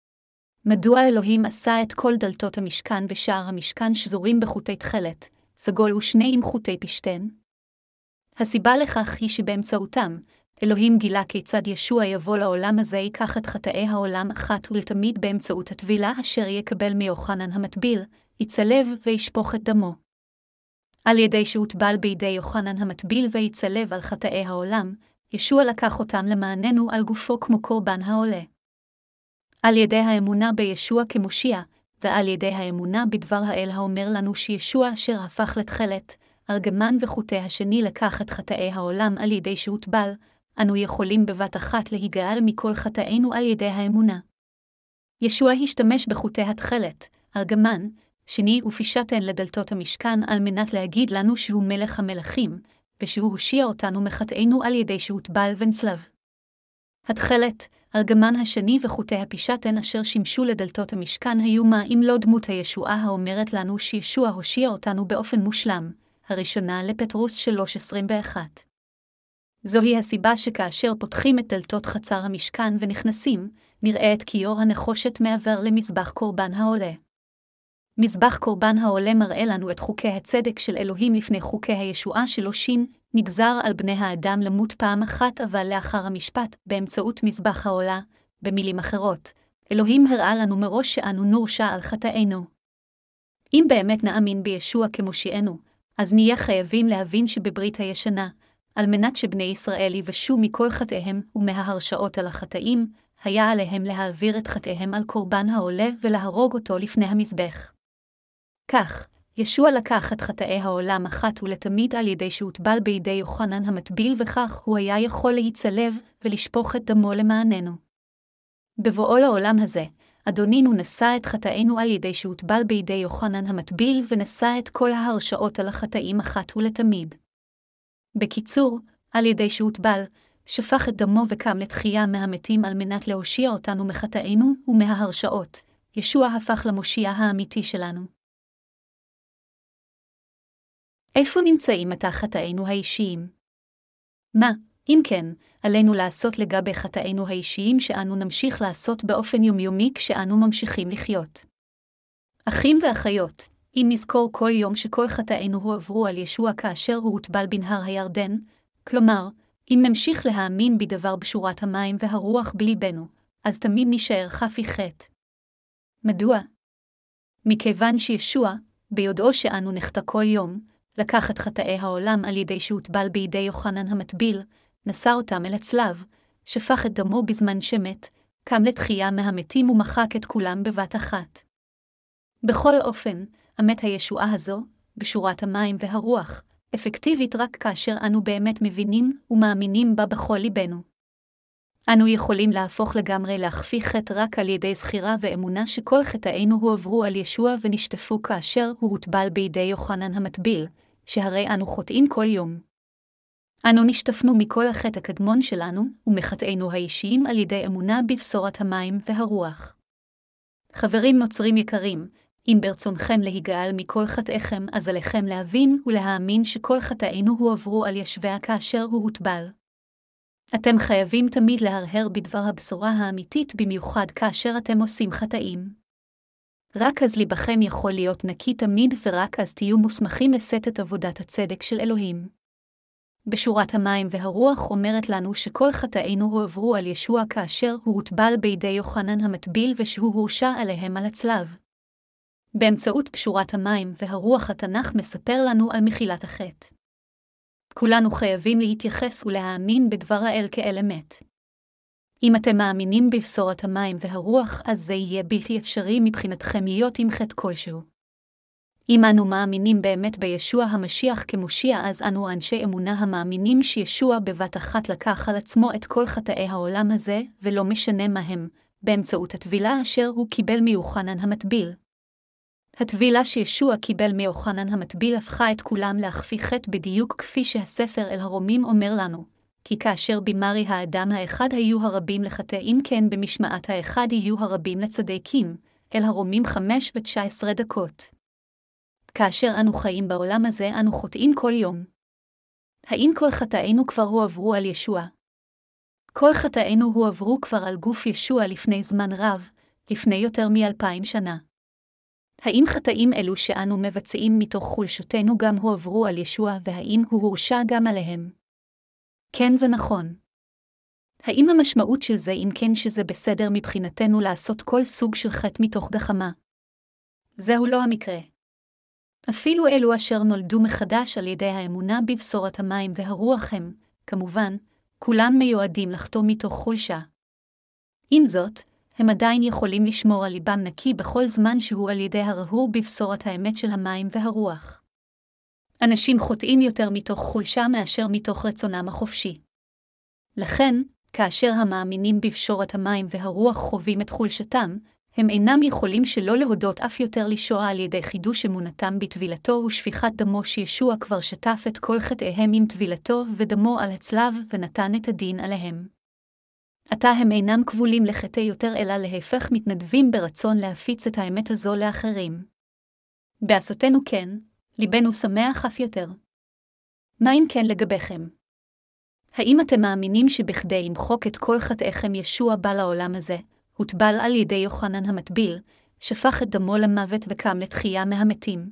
מדוע אלוהים עשה את כל דלתות המשכן ושער המשכן שזורים בחוטי תכלת, סגול ושני עם חוטי פשתן? הסיבה לכך היא שבאמצעותם, אלוהים גילה כיצד ישוע יבוא לעולם הזה ייקח את חטאי העולם אחת ולתמיד באמצעות הטבילה אשר יקבל מיוחנן המטביל, יצלב וישפוך את דמו. על ידי שהוטבל בידי יוחנן המטביל ויצלב על חטאי העולם, ישוע לקח אותם למעננו על גופו כמו קורבן העולה. על ידי האמונה בישוע כמושיע, ועל ידי האמונה בדבר האל האומר לנו שישוע אשר הפך לתכלת, ארגמן וחוטי השני לקח את חטאי העולם על ידי שהוטבל, אנו יכולים בבת אחת להיגאל מכל חטאינו על ידי האמונה. ישוע השתמש בחוטי התכלת, ארגמן, שני ופשתן לדלתות המשכן על מנת להגיד לנו שהוא מלך המלכים, ושהוא הושיע אותנו מחטאינו על ידי שהוטבל ונצלב. התכלת, ארגמן השני וחוטי הפשתן אשר שימשו לדלתות המשכן היו מה אם לא דמות הישועה האומרת לנו שישוע הושיע אותנו באופן מושלם, הראשונה לפטרוס 3:21. זוהי הסיבה שכאשר פותחים את דלתות חצר המשכן ונכנסים, נראה את כיור הנחושת מעבר למזבח קורבן העולה. מזבח קורבן העולה מראה לנו את חוקי הצדק של אלוהים לפני חוקי הישועה שלו נגזר על בני האדם למות פעם אחת אבל לאחר המשפט באמצעות מזבח העולה, במילים אחרות, אלוהים הראה לנו מראש שאנו נורשע על חטאינו. אם באמת נאמין בישוע כמושיענו, אז נהיה חייבים להבין שבברית הישנה, על מנת שבני ישראל יבשו מכל חטאיהם ומההרשעות על החטאים, היה עליהם להעביר את חטאיהם על קורבן העולה ולהרוג אותו לפני המזבח. כך, ישוע לקח את חטאי העולם אחת ולתמיד על ידי שהוטבל בידי יוחנן המטביל וכך הוא היה יכול להצלב ולשפוך את דמו למעננו. בבואו לעולם הזה, אדונינו נשא את חטאינו על ידי שהוטבל בידי יוחנן המטביל ונשא את כל ההרשעות על החטאים אחת ולתמיד. בקיצור, על ידי שהוטבל, שפך את דמו וקם לתחייה מהמתים על מנת להושיע אותנו מחטאינו ומההרשעות, ישוע הפך למושיע האמיתי שלנו. איפה נמצאים עתה חטאינו האישיים? מה, אם כן, עלינו לעשות לגבי חטאינו האישיים שאנו נמשיך לעשות באופן יומיומי כשאנו ממשיכים לחיות. אחים ואחיות, אם נזכור כל יום שכל חטאינו הועברו על ישוע כאשר הוא הוטבל בנהר הירדן, כלומר, אם נמשיך להאמין בדבר בשורת המים והרוח בליבנו, אז תמיד נשאר חפי חטא. מדוע? מכיוון שישוע, ביודעו שאנו נחטא כל יום, לקח את חטאי העולם על ידי שהוטבל בידי יוחנן המטביל, נשא אותם אל הצלב, שפך את דמו בזמן שמת, קם לתחייה מהמתים ומחק את כולם בבת אחת. בכל אופן, אמת הישועה הזו, בשורת המים והרוח, אפקטיבית רק כאשר אנו באמת מבינים ומאמינים בה בכל ליבנו. אנו יכולים להפוך לגמרי להכפיא חטא רק על ידי זכירה ואמונה שכל חטאינו הועברו על ישוע ונשטפו כאשר הוא הוטבל בידי יוחנן המטביל, שהרי אנו חוטאים כל יום. אנו נשטפנו מכל החטא הקדמון שלנו ומחטאינו האישיים על ידי אמונה בבשורת המים והרוח. חברים נוצרים יקרים, אם ברצונכם להיגאל מכל חטאיכם, אז עליכם להבין ולהאמין שכל חטאינו הועברו על ישוע כאשר הוא הוטבל. אתם חייבים תמיד להרהר בדבר הבשורה האמיתית במיוחד כאשר אתם עושים חטאים. רק אז ליבכם יכול להיות נקי תמיד ורק אז תהיו מוסמכים לשאת את עבודת הצדק של אלוהים. בשורת המים והרוח אומרת לנו שכל חטאינו הועברו על ישוע כאשר הוא הוטבל בידי יוחנן המטביל ושהוא הורשע עליהם על הצלב. באמצעות בשורת המים והרוח התנ"ך מספר לנו על מחילת החטא. כולנו חייבים להתייחס ולהאמין בדבר האל כאל אמת. אם אתם מאמינים בבשורת המים והרוח, אז זה יהיה בלתי אפשרי מבחינתכם להיות עם חטא כלשהו. אם אנו מאמינים באמת בישוע המשיח כמושיע, אז אנו אנשי אמונה המאמינים שישוע בבת אחת לקח על עצמו את כל חטאי העולם הזה, ולא משנה מה הם, באמצעות הטבילה אשר הוא קיבל מיוחנן המטביל. הטבילה שישוע קיבל מיוחנן המטביל הפכה את כולם להכפיא חטא בדיוק כפי שהספר אל הרומים אומר לנו, כי כאשר במרי האדם האחד היו הרבים לחטאים, כן במשמעת האחד יהיו הרבים לצדיקים, אל הרומים 5:19. כאשר אנו חיים בעולם הזה, אנו חוטאים כל יום. האם כל חטאינו כבר הועברו על ישוע? כל חטאינו הועברו כבר על גוף ישוע לפני זמן רב, לפני יותר מ2000 שנה. האם חטאים אלו שאנו מבצעים מתוך חולשותנו גם הועברו על ישוע, והאם הוא הורשע גם עליהם? כן, זה נכון. האם המשמעות של זה אם כן שזה בסדר מבחינתנו לעשות כל סוג של חטא מתוך גחמה? זהו לא המקרה. אפילו אלו אשר נולדו מחדש על ידי האמונה בבשורת המים והרוח הם, כמובן, כולם מיועדים לחטוא מתוך חולשה. עם זאת, הם עדיין יכולים לשמור על ליבם נקי בכל זמן שהוא על ידי הרהור בבשורת האמת של המים והרוח. אנשים חוטאים יותר מתוך חולשה מאשר מתוך רצונם החופשי. לכן, כאשר המאמינים בבשורת המים והרוח חווים את חולשתם, הם אינם יכולים שלא להודות אף יותר לישוע על ידי חידוש אמונתם בטבילתו ושפיכת דמו שישוע כבר שטף את כל חטאיהם עם טבילתו ודמו על הצלב ונתן את הדין עליהם. עתה הם אינם כבולים לחטא יותר אלא להפך מתנדבים ברצון להפיץ את האמת הזו לאחרים. בעשותנו כן, ליבנו שמח אף יותר. מה אם כן לגביכם? האם אתם מאמינים שבכדי למחוק את כל חטאיכם ישוע בא לעולם הזה, הוטבל על ידי יוחנן המטביל, שפך את דמו למוות וקם לתחייה מהמתים?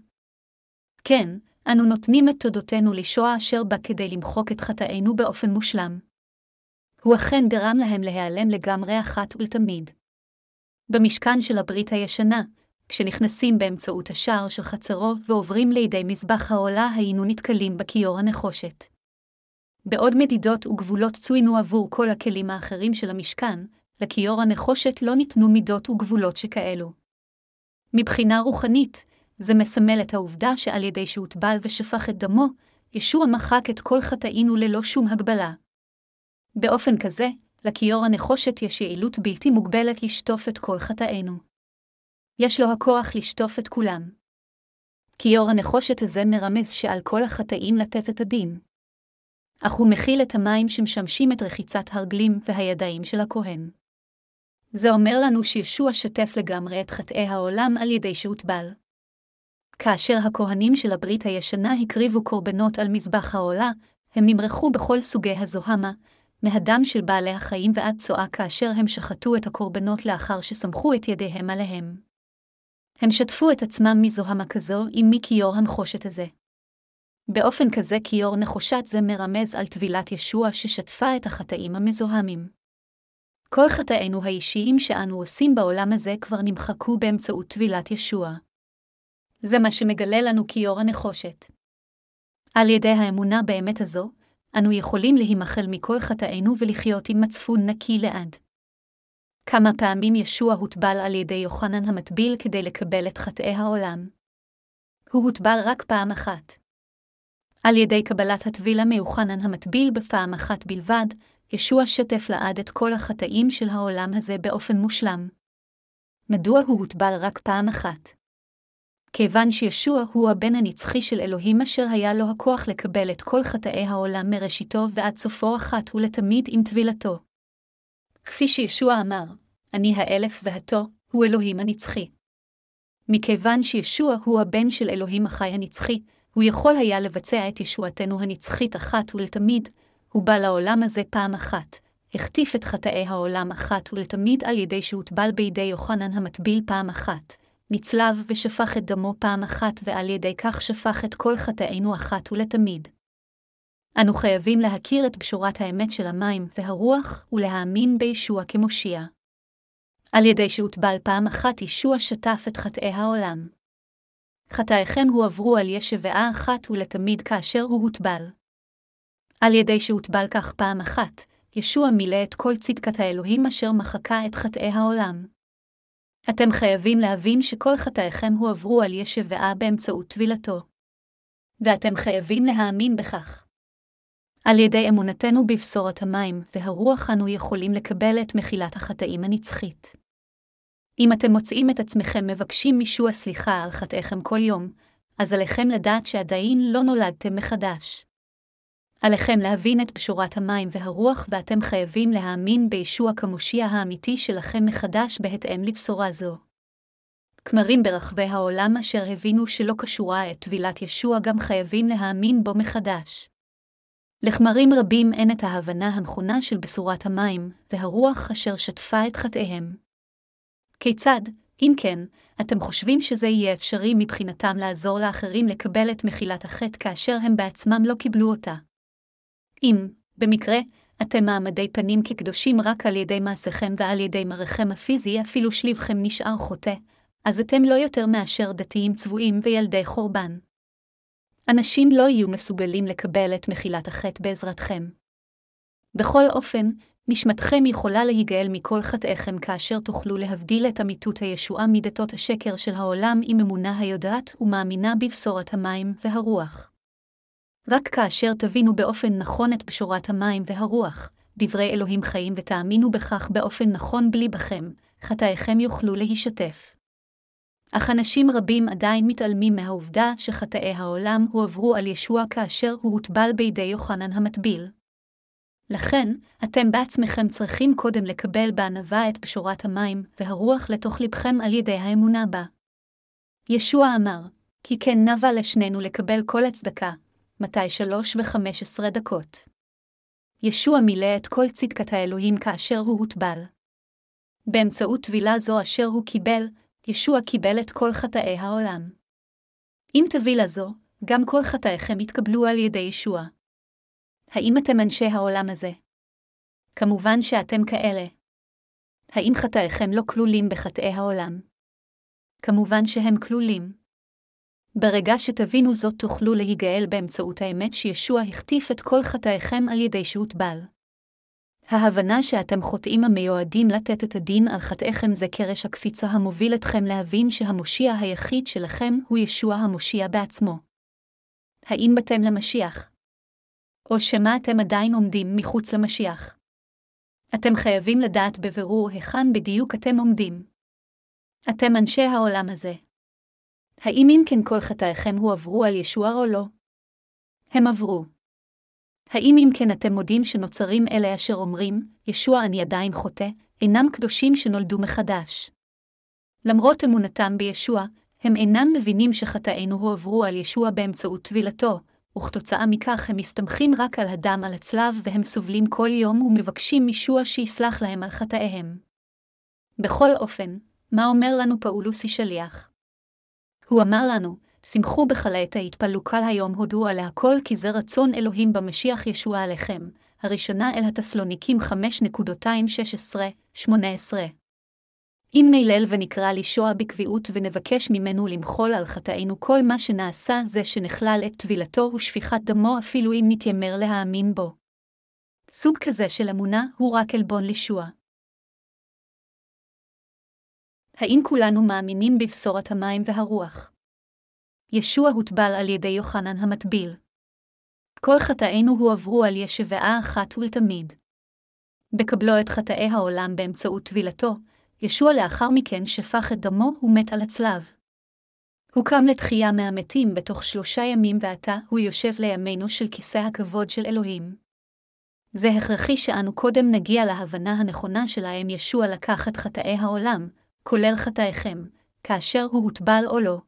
כן, אנו נותנים את תודותינו לישוע אשר בא כדי למחוק את חטאינו באופן מושלם. הוא אכן גרם להם להיעלם לגמרי אחת ולתמיד. במשכן של הברית הישנה, כשנכנסים באמצעות השער של חצרו ועוברים לידי מזבח העולה, היינו נתקלים בכיור הנחושת. בעוד מדידות וגבולות צוינו עבור כל הכלים האחרים של המשכן, לכיור הנחושת לא ניתנו מידות וגבולות שכאלו. מבחינה רוחנית, זה מסמל את העובדה שעל ידי שהוטבל ושפך את דמו, ישוע מחק את כל חטאינו ללא שום הגבלה. באופן כזה, לכיור הנחושת יש יעילות בלתי מוגבלת לשטוף את כל חטאינו. יש לו הכוח לשטוף את כולם. כיור הנחושת הזה מרמז שעל כל החטאים לתת את הדין. אך הוא מכיל את המים שמשמשים את רחיצת הרגלים והידיים של הכהן. זה אומר לנו שישוע שטף לגמרי את חטאי העולם על ידי שהוטבל. כאשר הכהנים של הברית הישנה הקריבו קורבנות על מזבח העולה, הם נמרחו בכל סוגי הזוהמה, מהדם של בעלי החיים ועד צואה כאשר הם שחטו את הקורבנות לאחר שסמכו את ידיהם עליהם. הם שטפו את עצמם מזוהמה כזו עם מכיור הנחושת הזה. באופן כזה כיור נחושת זה מרמז על טבילת ישוע ששטפה את החטאים המזוהמים. כל חטאינו האישיים שאנו עושים בעולם הזה כבר נמחקו באמצעות טבילת ישוע. זה מה שמגלה לנו כיור הנחושת. על ידי האמונה באמת הזו, אנו יכולים להימחל מכל חטאינו ולחיות עם מצפון נקי לעד. כמה פעמים ישוע הוטבל על ידי יוחנן המטביל כדי לקבל את חטאי העולם? הוא הוטבל רק פעם אחת. על ידי קבלת הטבילה מיוחנן המטביל בפעם אחת בלבד, ישוע שטף לעד את כל החטאים של העולם הזה באופן מושלם. מדוע הוא הוטבל רק פעם אחת? כיוון שישוע הוא הבן הנצחי של אלוהים אשר היה לו הכוח לקבל את כל חטאי העולם מראשיתו ועד סופו אחת ולתמיד עם טבילתו. כפי שישוע אמר, אני האלף והתו, הוא אלוהים הנצחי. מכיוון שישוע הוא הבן של אלוהים החי הנצחי, הוא יכול היה לבצע את ישועתנו הנצחית אחת ולתמיד, הוא בא לעולם הזה פעם אחת, החטיף את חטאי העולם אחת ולתמיד על ידי שהוטבל בידי יוחנן המטביל פעם אחת, נצלב ושפך את דמו פעם אחת ועל ידי כך שפך את כל חטאינו אחת ולתמיד. אנו חייבים להכיר את בשורת האמת של המים והרוח ולהאמין בישוע כמושיע. על ידי שהוטבל פעם אחת ישוע שטף את חטאי העולם. חטאיכם הועברו על ישוע אחת ולתמיד כאשר הוא הוטבל. על ידי שהוטבל כך פעם אחת, ישוע מילא את כל צדקת האלוהים אשר מחקה את חטאי העולם. אתם חייבים להבין שכל חטאיכם הועברו על ישוע באמצעות טבילתו. ואתם חייבים להאמין בכך. על ידי אמונתנו בבשורת המים והרוח אנו יכולים לקבל את מחילת החטאים הנצחית. אם אתם מוצאים את עצמכם מבקשים מישוע סליחה על חטאיכם כל יום, אז עליכם לדעת שעדיין לא נולדתם מחדש. עליכם להבין את בשורת המים והרוח ואתם חייבים להאמין בישוע כמושיע האמיתי שלכם מחדש בהתאם לבשורה זו. כמרים ברחבי העולם אשר הבינו שלא קשורה את טבילת ישוע גם חייבים להאמין בו מחדש. לכמרים רבים אין את ההבנה הנכונה של בשורת המים והרוח אשר שטפה את חטאיהם. כיצד, אם כן, אתם חושבים שזה יהיה אפשרי מבחינתם לעזור לאחרים לקבל את מחילת החטא כאשר הם בעצמם לא קיבלו אותה? אם, במקרה, אתם מעמדי פנים כקדושים רק על ידי מעשיכם ועל ידי מראכם הפיזי אפילו שלבכם נשאר חוטא, אז אתם לא יותר מאשר דתיים צבועים וילדי חורבן. אנשים לא יהיו מסוגלים לקבל את מחילת החטא בעזרתכם. בכל אופן, נשמתכם יכולה להיגאל מכל חטאיכם כאשר תוכלו להבדיל את אמיתות הישועה מדתות השקר של העולם עם אמונה היודעת ומאמינה בבשורת המים והרוח. רק כאשר תבינו באופן נכון את בשורת המים והרוח, דברי אלוהים חיים ותאמינו בכך באופן נכון בליבכם, חטאיכם יוכלו להישטף. אך אנשים רבים עדיין מתעלמים מהעובדה שחטאי העולם הועברו על ישוע כאשר הוא הוטבל בידי יוחנן המטביל. לכן, אתם בעצמכם צריכים קודם לקבל בענווה את בשורת המים והרוח לתוך לבכם על ידי האמונה בה. ישוע אמר, כי כן נבע לשנינו לקבל כל הצדקה, מתי 3:15. ישוע מילא את כל צדקת האלוהים כאשר הוא הוטבל. באמצעות טבילה זו אשר הוא קיבל, ישוע קיבל את כל חטאי העולם. עם טבילה זו, גם כל חטאיכם יתקבלו על ידי ישוע. האם אתם אנשי העולם הזה? כמובן שאתם כאלה. האם חטאיכם לא כלולים בחטאי העולם? כמובן שהם כלולים. ברגע שתבינו זאת תוכלו להיגאל באמצעות האמת שישוע החטיף את כל חטאיכם על ידי שהוטבל. ההבנה שאתם חוטאים המיועדים לתת את הדין על חטאיכם זה קרש הקפיצה המוביל אתכם להבין שהמושיע היחיד שלכם הוא ישוע המושיע בעצמו. האם באתם למשיח? או שמה אתם עדיין עומדים מחוץ למשיח? אתם חייבים לדעת בבירור היכן בדיוק אתם עומדים. אתם אנשי העולם הזה. האם אם כן כל חטאיכם הועברו על ישוע או לא? הם עברו. האם אם כן אתם מודים שנוצרים אלה אשר אומרים, ישוע אני עדיין חוטא, אינם קדושים שנולדו מחדש? למרות אמונתם בישוע, הם אינם מבינים שחטאינו הועברו על ישוע באמצעות טבילתו, וכתוצאה מכך הם מסתמכים רק על הדם על הצלב והם סובלים כל יום ומבקשים מישוע שיסלח להם על חטאיהם. בכל אופן, מה אומר לנו פאולוס השליח? הוא אמר לנו, שמחו בחלאית התפללו כל היום הודו על הכל כי זה רצון אלוהים במשיח ישוע עליכם. הראשונה אל התסלוניקים 5:16-18. אם נלל ונקרא לישוע בקביעות ונבקש ממנו למחול על חטאינו, כל מה שנעשה זה שנכלל את טבילתו ושפיכת דמו, אפילו אם נתיימר להאמין בו. סוג כזה של אמונה הוא רק עלבון לישוע. האם כולנו מאמינים בבשורת המים והרוח? ישוע הוטבל על ידי יוחנן המטביל. כל חטאינו הועברו על ישוע אחת ולתמיד. בקבלו את חטאי העולם באמצעות טבילתו, ישוע לאחר מכן שפך את דמו ומת על הצלב. הוא קם לתחייה מהמתים בתוך 3 ימים, ועתה הוא יושב לימינו של כיסא הכבוד של אלוהים. זה הכרחי שאנו קודם נגיע להבנה הנכונה שלהם ישוע לקח את חטאי העולם, כולל חטאיכם, כאשר הוא הוטבל או לא.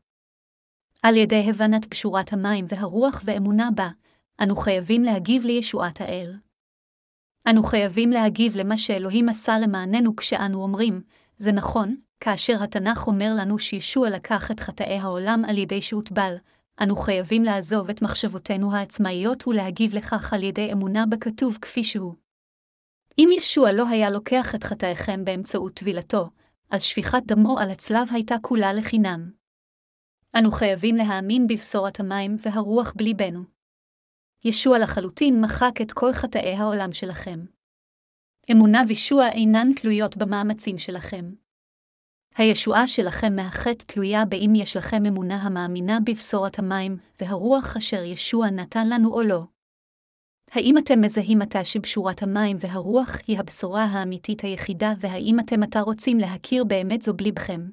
על ידי הבנת פשורת המים והרוח ואמונה בה, אנו חייבים להגיב לישועת האל. אנו חייבים להגיב למה שאלוהים עשה למעננו כשאנו אומרים, זה נכון, כאשר התנ"ך אומר לנו שישוע לקח את חטאי העולם על ידי שהוטבל, אנו חייבים לעזוב את מחשבותינו העצמאיות ולהגיב לכך על ידי אמונה בכתוב כפי שהוא. אם ישוע לא היה לוקח את חטאיכם באמצעות טבילתו, אז שפיכת דמו על הצלב הייתה כולה לחינם. אנו חייבים להאמין בבשורת המים והרוח בליבנו. ישוע לחלוטין מחק את כל חטאי העולם שלכם. אמונה וישוע אינן תלויות במאמצים שלכם. הישועה שלכם מהחטא תלויה באם יש לכם אמונה המאמינה בבשורת המים והרוח אשר ישוע נתן לנו או לא. האם אתם מזהים עתה שבשורת המים והרוח היא הבשורה האמיתית היחידה, והאם אתם עתה רוצים להכיר באמת זו בליבכם?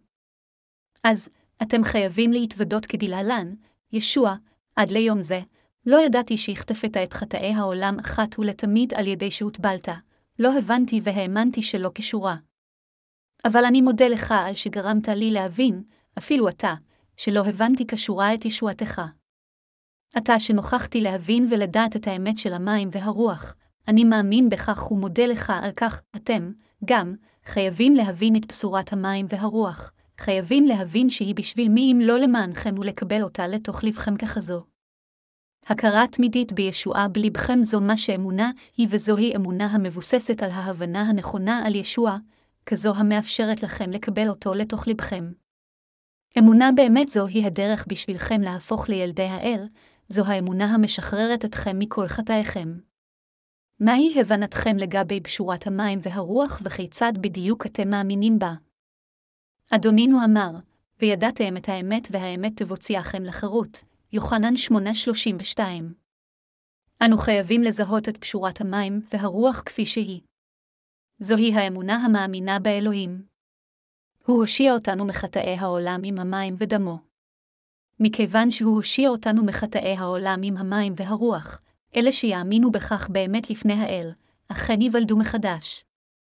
אז אתם חייבים להתוודות כדלהלן, ישוע, עד ליום זה, לא ידעתי שהחטפת את חטאי העולם אחת ולתמיד על ידי שהוטבלת, לא הבנתי והאמנתי שלא כשורה. אבל אני מודה לך על שגרמת לי להבין, אפילו אתה, שלא הבנתי כשורה את ישועתך. אתה שנוכחתי להבין ולדעת את האמת של המים והרוח, אני מאמין בכך ומודה לך על כך. אתם, גם, חייבים להבין את בשורת המים והרוח, חייבים להבין שהיא בשביל מי אם לא למענכם ולקבל אותה לתוך לבכם ככזו. הכרה תמידית בישועה בלבכם זו מה שאמונה היא, וזוהי אמונה המבוססת על ההבנה הנכונה על ישוע, כזו המאפשרת לכם לקבל אותו לתוך לבכם. אמונה באמת זוהי הדרך בשבילכם להפוך לילדי האל, זו האמונה המשחררת אתכם מכל חטאיכם. מהי הבנתכם לגבי בשורת המים והרוח וכיצד בדיוק אתם מאמינים בה? אדונינו אמר, וידעתם את האמת והאמת תוציאכם לחירות, יוחנן 8:32. אנו חייבים לזהות את בשורת המים והרוח כפי שהיא. זוהי האמונה המאמינה באלוהים. הוא הושיע אותנו מחטאי העולם עם המים ודמו. מכיוון שהוא הושיע אותנו מחטאי העולם עם המים והרוח, אלה שיאמינו בכך באמת לפני האל, אכן ייוולדו מחדש.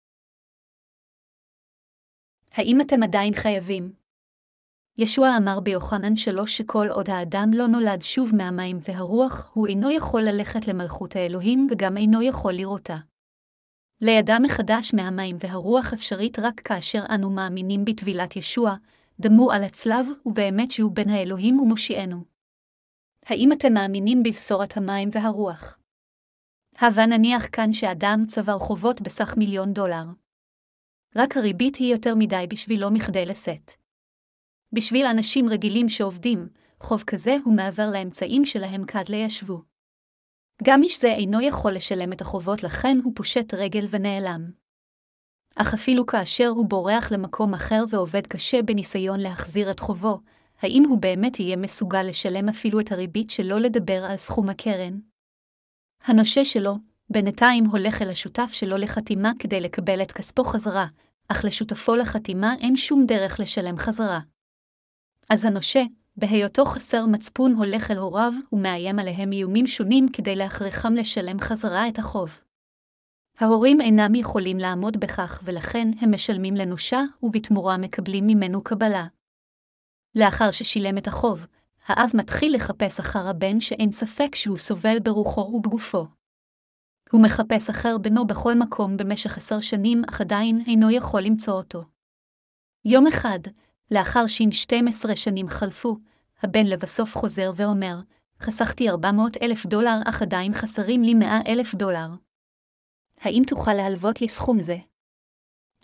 האם אתם עדיין חייבים? ישוע אמר ביוחנן 3 שכל עוד האדם לא נולד שוב מהמים והרוח, הוא אינו יכול ללכת למלכות האלוהים וגם אינו יכול לראותה. לידה מחדש מהמים והרוח אפשרית רק כאשר אנו מאמינים בטבילת ישוע, דמו על הצלב ובאמת שהוא בן האלוהים ומושיענו. האם אתם מאמינים בבשורת המים והרוח? הבה נניח כאן שאדם צבר חובות בסך $1,000,000. רק הריבית היא יותר מדי בשבילו מכדי לשאת. בשביל אנשים רגילים שעובדים, חוב כזה הוא מעבר לאמצעים שלהם כד לישבו. גם איש זה אינו יכול לשלם את החובות, לכן הוא פושט רגל ונעלם. אך אפילו כאשר הוא בורח למקום אחר ועובד קשה בניסיון להחזיר את חובו, האם הוא באמת יהיה מסוגל לשלם אפילו את הריבית, שלא לדבר על סכום הקרן? הנושה שלו, בינתיים הולך אל השותף שלו לחתימה כדי לקבל את כספו חזרה, אך לשותפו לחתימה אין שום דרך לשלם חזרה. אז הנושה, בהיותו חסר מצפון, הולך אל הוריו ומאיים עליהם איומים שונים כדי להכריחם לשלם חזרה את החוב. ההורים אינם יכולים לעמוד בכך ולכן הם משלמים לנושה ובתמורה מקבלים ממנו קבלה. לאחר ששילם את החוב, האב מתחיל לחפש אחר הבן שאין ספק שהוא סובל ברוחו ובגופו. הוא מחפש אחר בנו בכל מקום במשך 10 שנים, אך עדיין אינו יכול למצוא אותו. יום אחד, לאחר 12 שנים חלפו, הבן לבסוף חוזר ואומר, חסכתי $400,000 אך עדיין חסרים לי $100,000. האם תוכל להלוות לי סכום זה?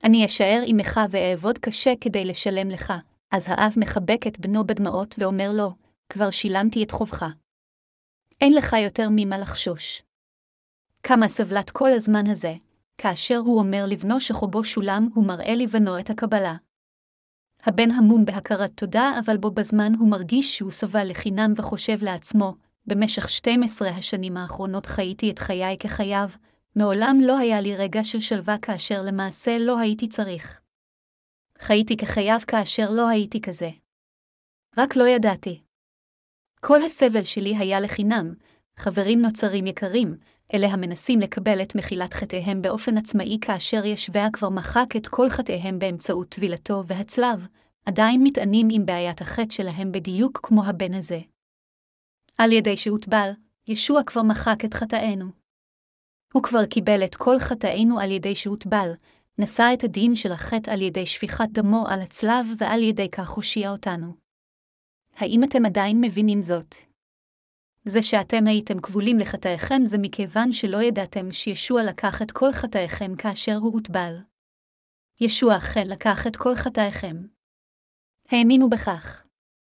אני אשאר עמך ואעבוד קשה כדי לשלם לך. אז האב מחבק את בנו בדמעות ואומר לו, כבר שילמתי את חובך. אין לך יותר ממה לחשוש. כמה סבלת כל הזמן הזה, כאשר הוא אומר לבנו שחובו שולם, הוא מראה לבנו את הקבלה. הבן המום בהכרת תודה, אבל בו בזמן הוא מרגיש שהוא סבל לחינם וחושב לעצמו, במשך 12 השנים האחרונות חייתי את חיי כחייו, מעולם לא היה לי רגע של שלווה כאשר למעשה לא הייתי צריך. חייתי כחייו כאשר לא הייתי כזה. רק לא ידעתי. כל הסבל שלי היה לחינם, חברים נוצרים יקרים, אלה המנסים לקבל את מחילת חטאיהם באופן עצמאי כאשר ישוע כבר מחק את כל חטאיהם באמצעות טבילתו והצלב, עדיין מתענים עם בעיית החטא שלהם בדיוק כמו הבן הזה. על ידי שהוטבל, ישוע כבר מחק את חטאינו. הוא כבר קיבל את כל חטאינו על ידי שהוטבל, נשא את הדין של החטא על ידי שפיכת דמו על הצלב ועל ידי כך הושיע אותנו. האם אתם עדיין מבינים זאת? זה שאתם הייתם כבולים לחטאיכם זה מכיוון שלא ידעתם שישוע לקח את כל חטאיכם כאשר הוא הוטבל. ישוע אכן לקח את כל חטאיכם. האמינו בכך.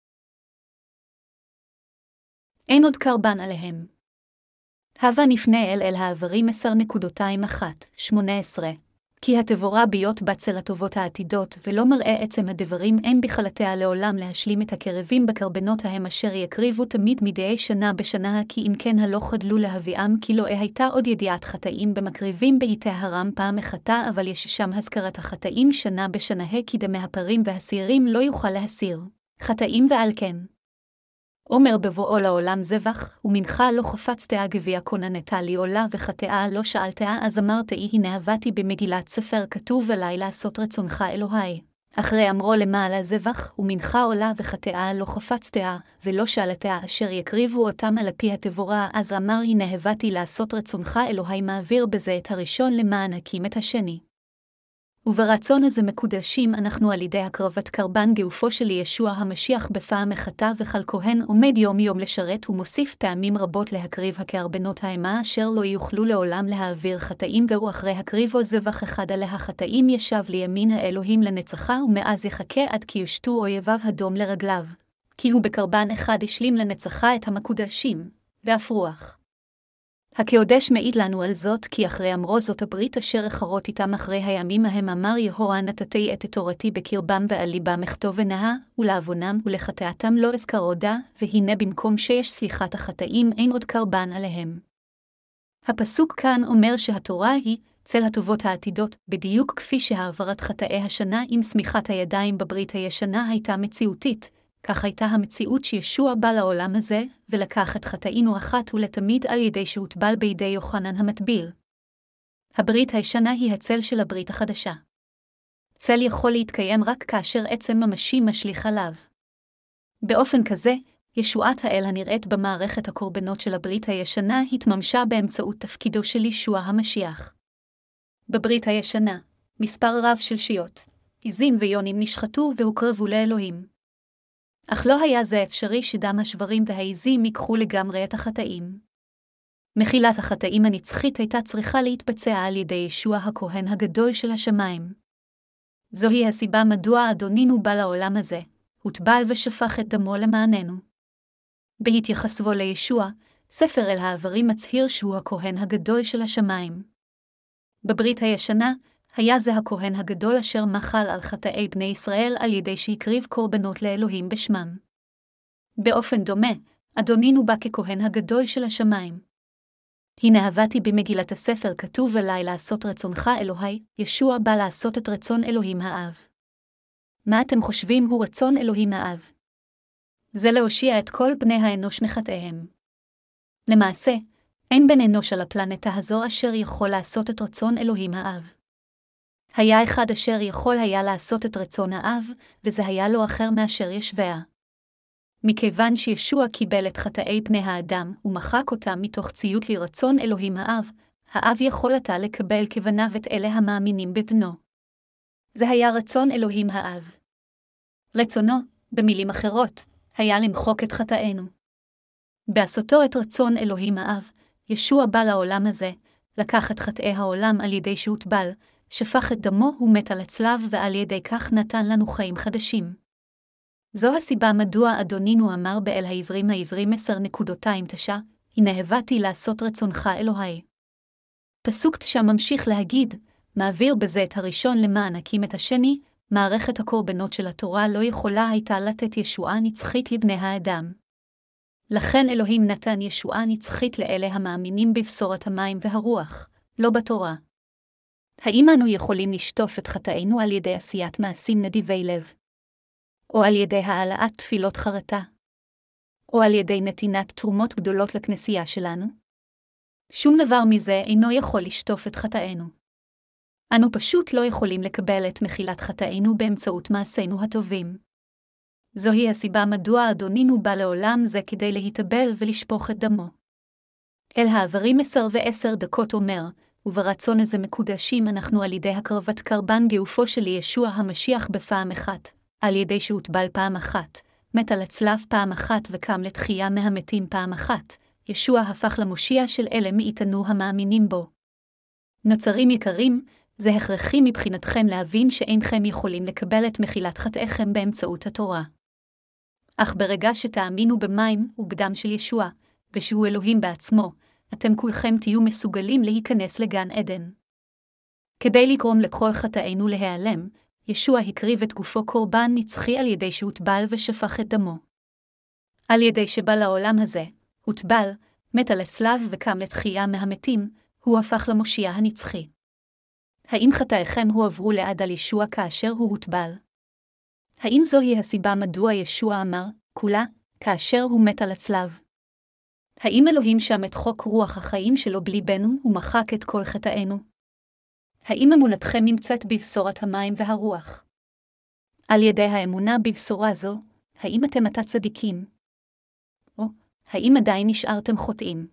אין עוד קרבן עליהם. הווה נפנה אל העברים 10.2-1-18, כי התבורה ביות בצל הטובות העתידות, ולא מראה עצם הדברים אין בכלתיה לעולם להשלים את הקרבים בקרבנות ההם אשר יקריבו תמיד מדי שנה בשנה, כי אם כן הלא חדלו להביאם, כי לא הייתה עוד ידיעת חטאים במקריבים בהיטהרם פעם אחתה, אבל יש שם הזכרת החטאים שנה בשנה, כי דמי הפרים והסיירים לא יוכל להסיר חטאים, ועל כן אומר בבואו לעולם זבח, ומנחה לא חפצתיה גביע כוננתה לי עולה, וחטאה לא שאלתיה, אז אמרתי הנה הבאתי במגילת ספר כתוב עלי לעשות רצונך אלוהי. אחרי אמרו למעלה זבח, ומנחה עולה וחטאה לא חפצתיה, ולא שאלתיה אשר יקריבו אותם על פי התבורה, אז אמר הנה הבאתי לעשות רצונך אלוהי, מעביר בזה את הראשון למען הקים את השני. וברצון הזה מקודשים אנחנו על ידי הקרבת קרבן גאופו של ישוע המשיח בפעם אחתה, וכל כהן עומד יום יום לשרת ומוסיף פעמים רבות להקריב הקרבנות האימה אשר לא יוכלו לעולם להעביר חטאים, והוא אחרי הקריבו זבח אחד עליה חטאים ישב לימין האלוהים לנצחה, ומאז יחכה עד כי יושטו אויביו הדום לרגליו, כי הוא בקרבן אחד השלים לנצחה את המקודשים, ואף רוח הקודש מעיד לנו על זאת, כי אחרי אמרו זאת הברית אשר אחרות איתם אחרי הימים ההם אמר יהוה נתתי את תורתי בקרבם ועל ליבם אכתוב ונאה, ולעוונם ולחטאתם לא אזכר עודה, והנה במקום שיש סליחת החטאים אין עוד קרבן עליהם. הפסוק כאן אומר שהתורה היא צל הטובות העתידות, בדיוק כפי שהעברת חטאי השנה עם סמיכת הידיים בברית הישנה הייתה מציאותית, כך הייתה המציאות שישוע בא לעולם הזה, ולקח את חטאינו אחת ולתמיד על ידי שהוטבל בידי יוחנן המטביל. הברית הישנה היא הצל של הברית החדשה. צל יכול להתקיים רק כאשר עצם ממשי משליך עליו. באופן כזה, ישועת האל הנראית במערכת הקורבנות של הברית הישנה התממשה באמצעות תפקידו של ישוע המשיח. בברית הישנה, מספר רב של שיות, עזים ויונים נשחטו והוקרבו לאלוהים. אך לא היה זה אפשרי שדם השברים והעזים ייקחו לגמרי את החטאים. מחילת החטאים הנצחית הייתה צריכה להתבצע על ידי ישוע הכהן הגדול של השמיים. זוהי הסיבה מדוע אדונינו בא לעולם הזה, הוטבל ושפך את דמו למעננו. בהתייחסו לישוע, ספר אל העברים מצהיר שהוא הכהן הגדול של השמיים. בברית הישנה, היה זה הכהן הגדול אשר מחל על חטאי בני ישראל על ידי שהקריב קורבנות לאלוהים בשמם. באופן דומה, אדונינו בא ככהן הגדול של השמיים. הנה הבאתי במגילת הספר כתוב עלי לעשות רצונך אלוהי, ישוע בא לעשות את רצון אלוהים האב. מה אתם חושבים הוא רצון אלוהים האב? זה להושיע את כל בני האנוש מחטאיהם. למעשה, אין בן אנוש על הפלנטה הזו אשר יכול לעשות את רצון אלוהים האב. היה אחד אשר יכול היה לעשות את רצון האב, וזה היה לא אחר מאשר ישוע. מכיוון שישוע קיבל את חטאי בני האדם ומחק אותם מתוך ציות לרצון אלוהים האב, האב יכול עתה לקבל כבניו את אלה המאמינים בבנו. זה היה רצון אלוהים האב. רצונו, במילים אחרות, היה למחוק את חטאינו. בעשותו את רצון אלוהים האב, ישוע בא לעולם הזה, לקח את חטאי העולם על ידי שהוטבל, שפך את דמו ומת על הצלב, ועל ידי כך נתן לנו חיים חדשים. זו הסיבה מדוע אדונינו אמר באל העברים 10:9, הנה הבאתי לעשות רצונך אלוהי. פסוק 9 ממשיך להגיד, מעביר בזה את הראשון למען הקים את השני, מערכת הקורבנות של התורה לא יכולה הייתה לתת ישועה נצחית לבני האדם. לכן אלוהים נתן ישועה נצחית לאלה המאמינים בבשורת המים והרוח, לא בתורה. האם אנו יכולים לשטוף את חטאינו על ידי עשיית מעשים נדיבי לב? או על ידי העלאת תפילות חרטה? או על ידי נתינת תרומות גדולות לכנסייה שלנו? שום דבר מזה אינו יכול לשטוף את חטאינו. אנו פשוט לא יכולים לקבל את מחילת חטאינו באמצעות מעשינו הטובים. זוהי הסיבה מדוע אדונינו בא לעולם זה כדי להתאבל ולשפוך את דמו. אל העברים 10:10 אומר, וברצון הזה מקודשים אנחנו על ידי הקרבת קרבן גאופו של ישוע המשיח בפעם אחת, על ידי שהוטבל פעם אחת, מת על הצלב פעם אחת וקם לתחייה מהמתים פעם אחת, ישוע הפך למושיע של אלה מאיתנו המאמינים בו. נוצרים יקרים, זה הכרחי מבחינתכם להבין שאינכם יכולים לקבל את מחילת חטאיכם באמצעות התורה. אך ברגע שתאמינו במים ובדם של ישוע, ושהוא אלוהים בעצמו, אתם כולכם תהיו מסוגלים להיכנס לגן עדן. כדי לגרום לכל חטאינו להיעלם, ישוע הקריב את גופו קורבן נצחי על ידי שהוטבל ושפך את דמו. על ידי שבא לעולם הזה, הוטבל, מת על הצלב וקם לתחייה מהמתים, הוא הפך למושיע הנצחי. האם חטאיכם הועברו לעד על ישוע כאשר הוא הוטבל? האם זוהי הסיבה מדוע ישוע אמר, כולה, כאשר הוא מת על הצלב? האם אלוהים שם את חוק רוח החיים שלו בליבנו ומחק את כל חטאינו? האם אמונתכם נמצאת בבשורת המים והרוח? על ידי האמונה בבשורה זו, האם אתם עתה צדיקים? או, האם עדיין נשארתם חוטאים?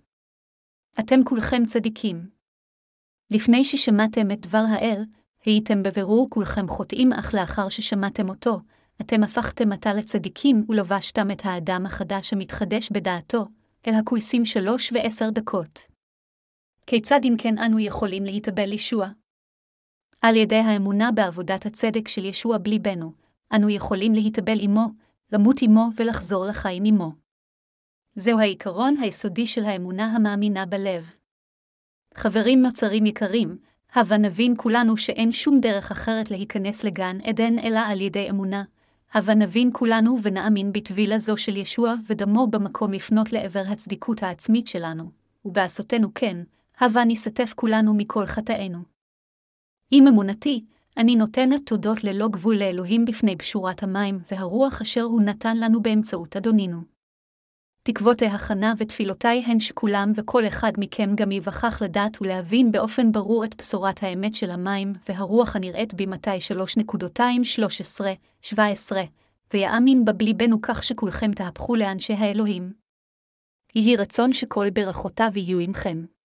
אתם כולכם צדיקים. לפני ששמעתם את דבר האל, הייתם בבירור כולכם חוטאים, אך לאחר ששמעתם אותו, אתם הפכתם עתה לצדיקים ולבשתם את האדם החדש המתחדש בדעתו, אל הקולסים 3:10. כיצד אם כן אנו יכולים להתאבל ישוע? על ידי האמונה בעבודת הצדק של ישוע בליבנו, אנו יכולים להתאבל עמו, למות עמו ולחזור לחיים עמו. זהו העיקרון היסודי של האמונה המאמינה בלב. חברים נוצרים יקרים, הבה נבין כולנו שאין שום דרך אחרת להיכנס לגן עדן אלא על ידי אמונה. הבה נבין כולנו ונאמין בטבילה זו של ישוע ודמו במקום לפנות לעבר הצדיקות העצמית שלנו, ובעשותנו כן, הבה נשתף כולנו מכל חטאינו. עם אמונתי, אני נותנת תודות ללא גבול לאלוהים בפני בשורת המים והרוח אשר הוא נתן לנו באמצעות אדונינו. תקוותי הכנה ותפילותיי הן שכולם וכל אחד מכם גם יווכח לדעת ולהבין באופן ברור את בשורת האמת של המים והרוח הנראית במתי 3:13-17, ויאמין בליבנו כך שכולכם תהפכו לאנשי האלוהים. יהי רצון שכל ברכותיו יהיו עמכם.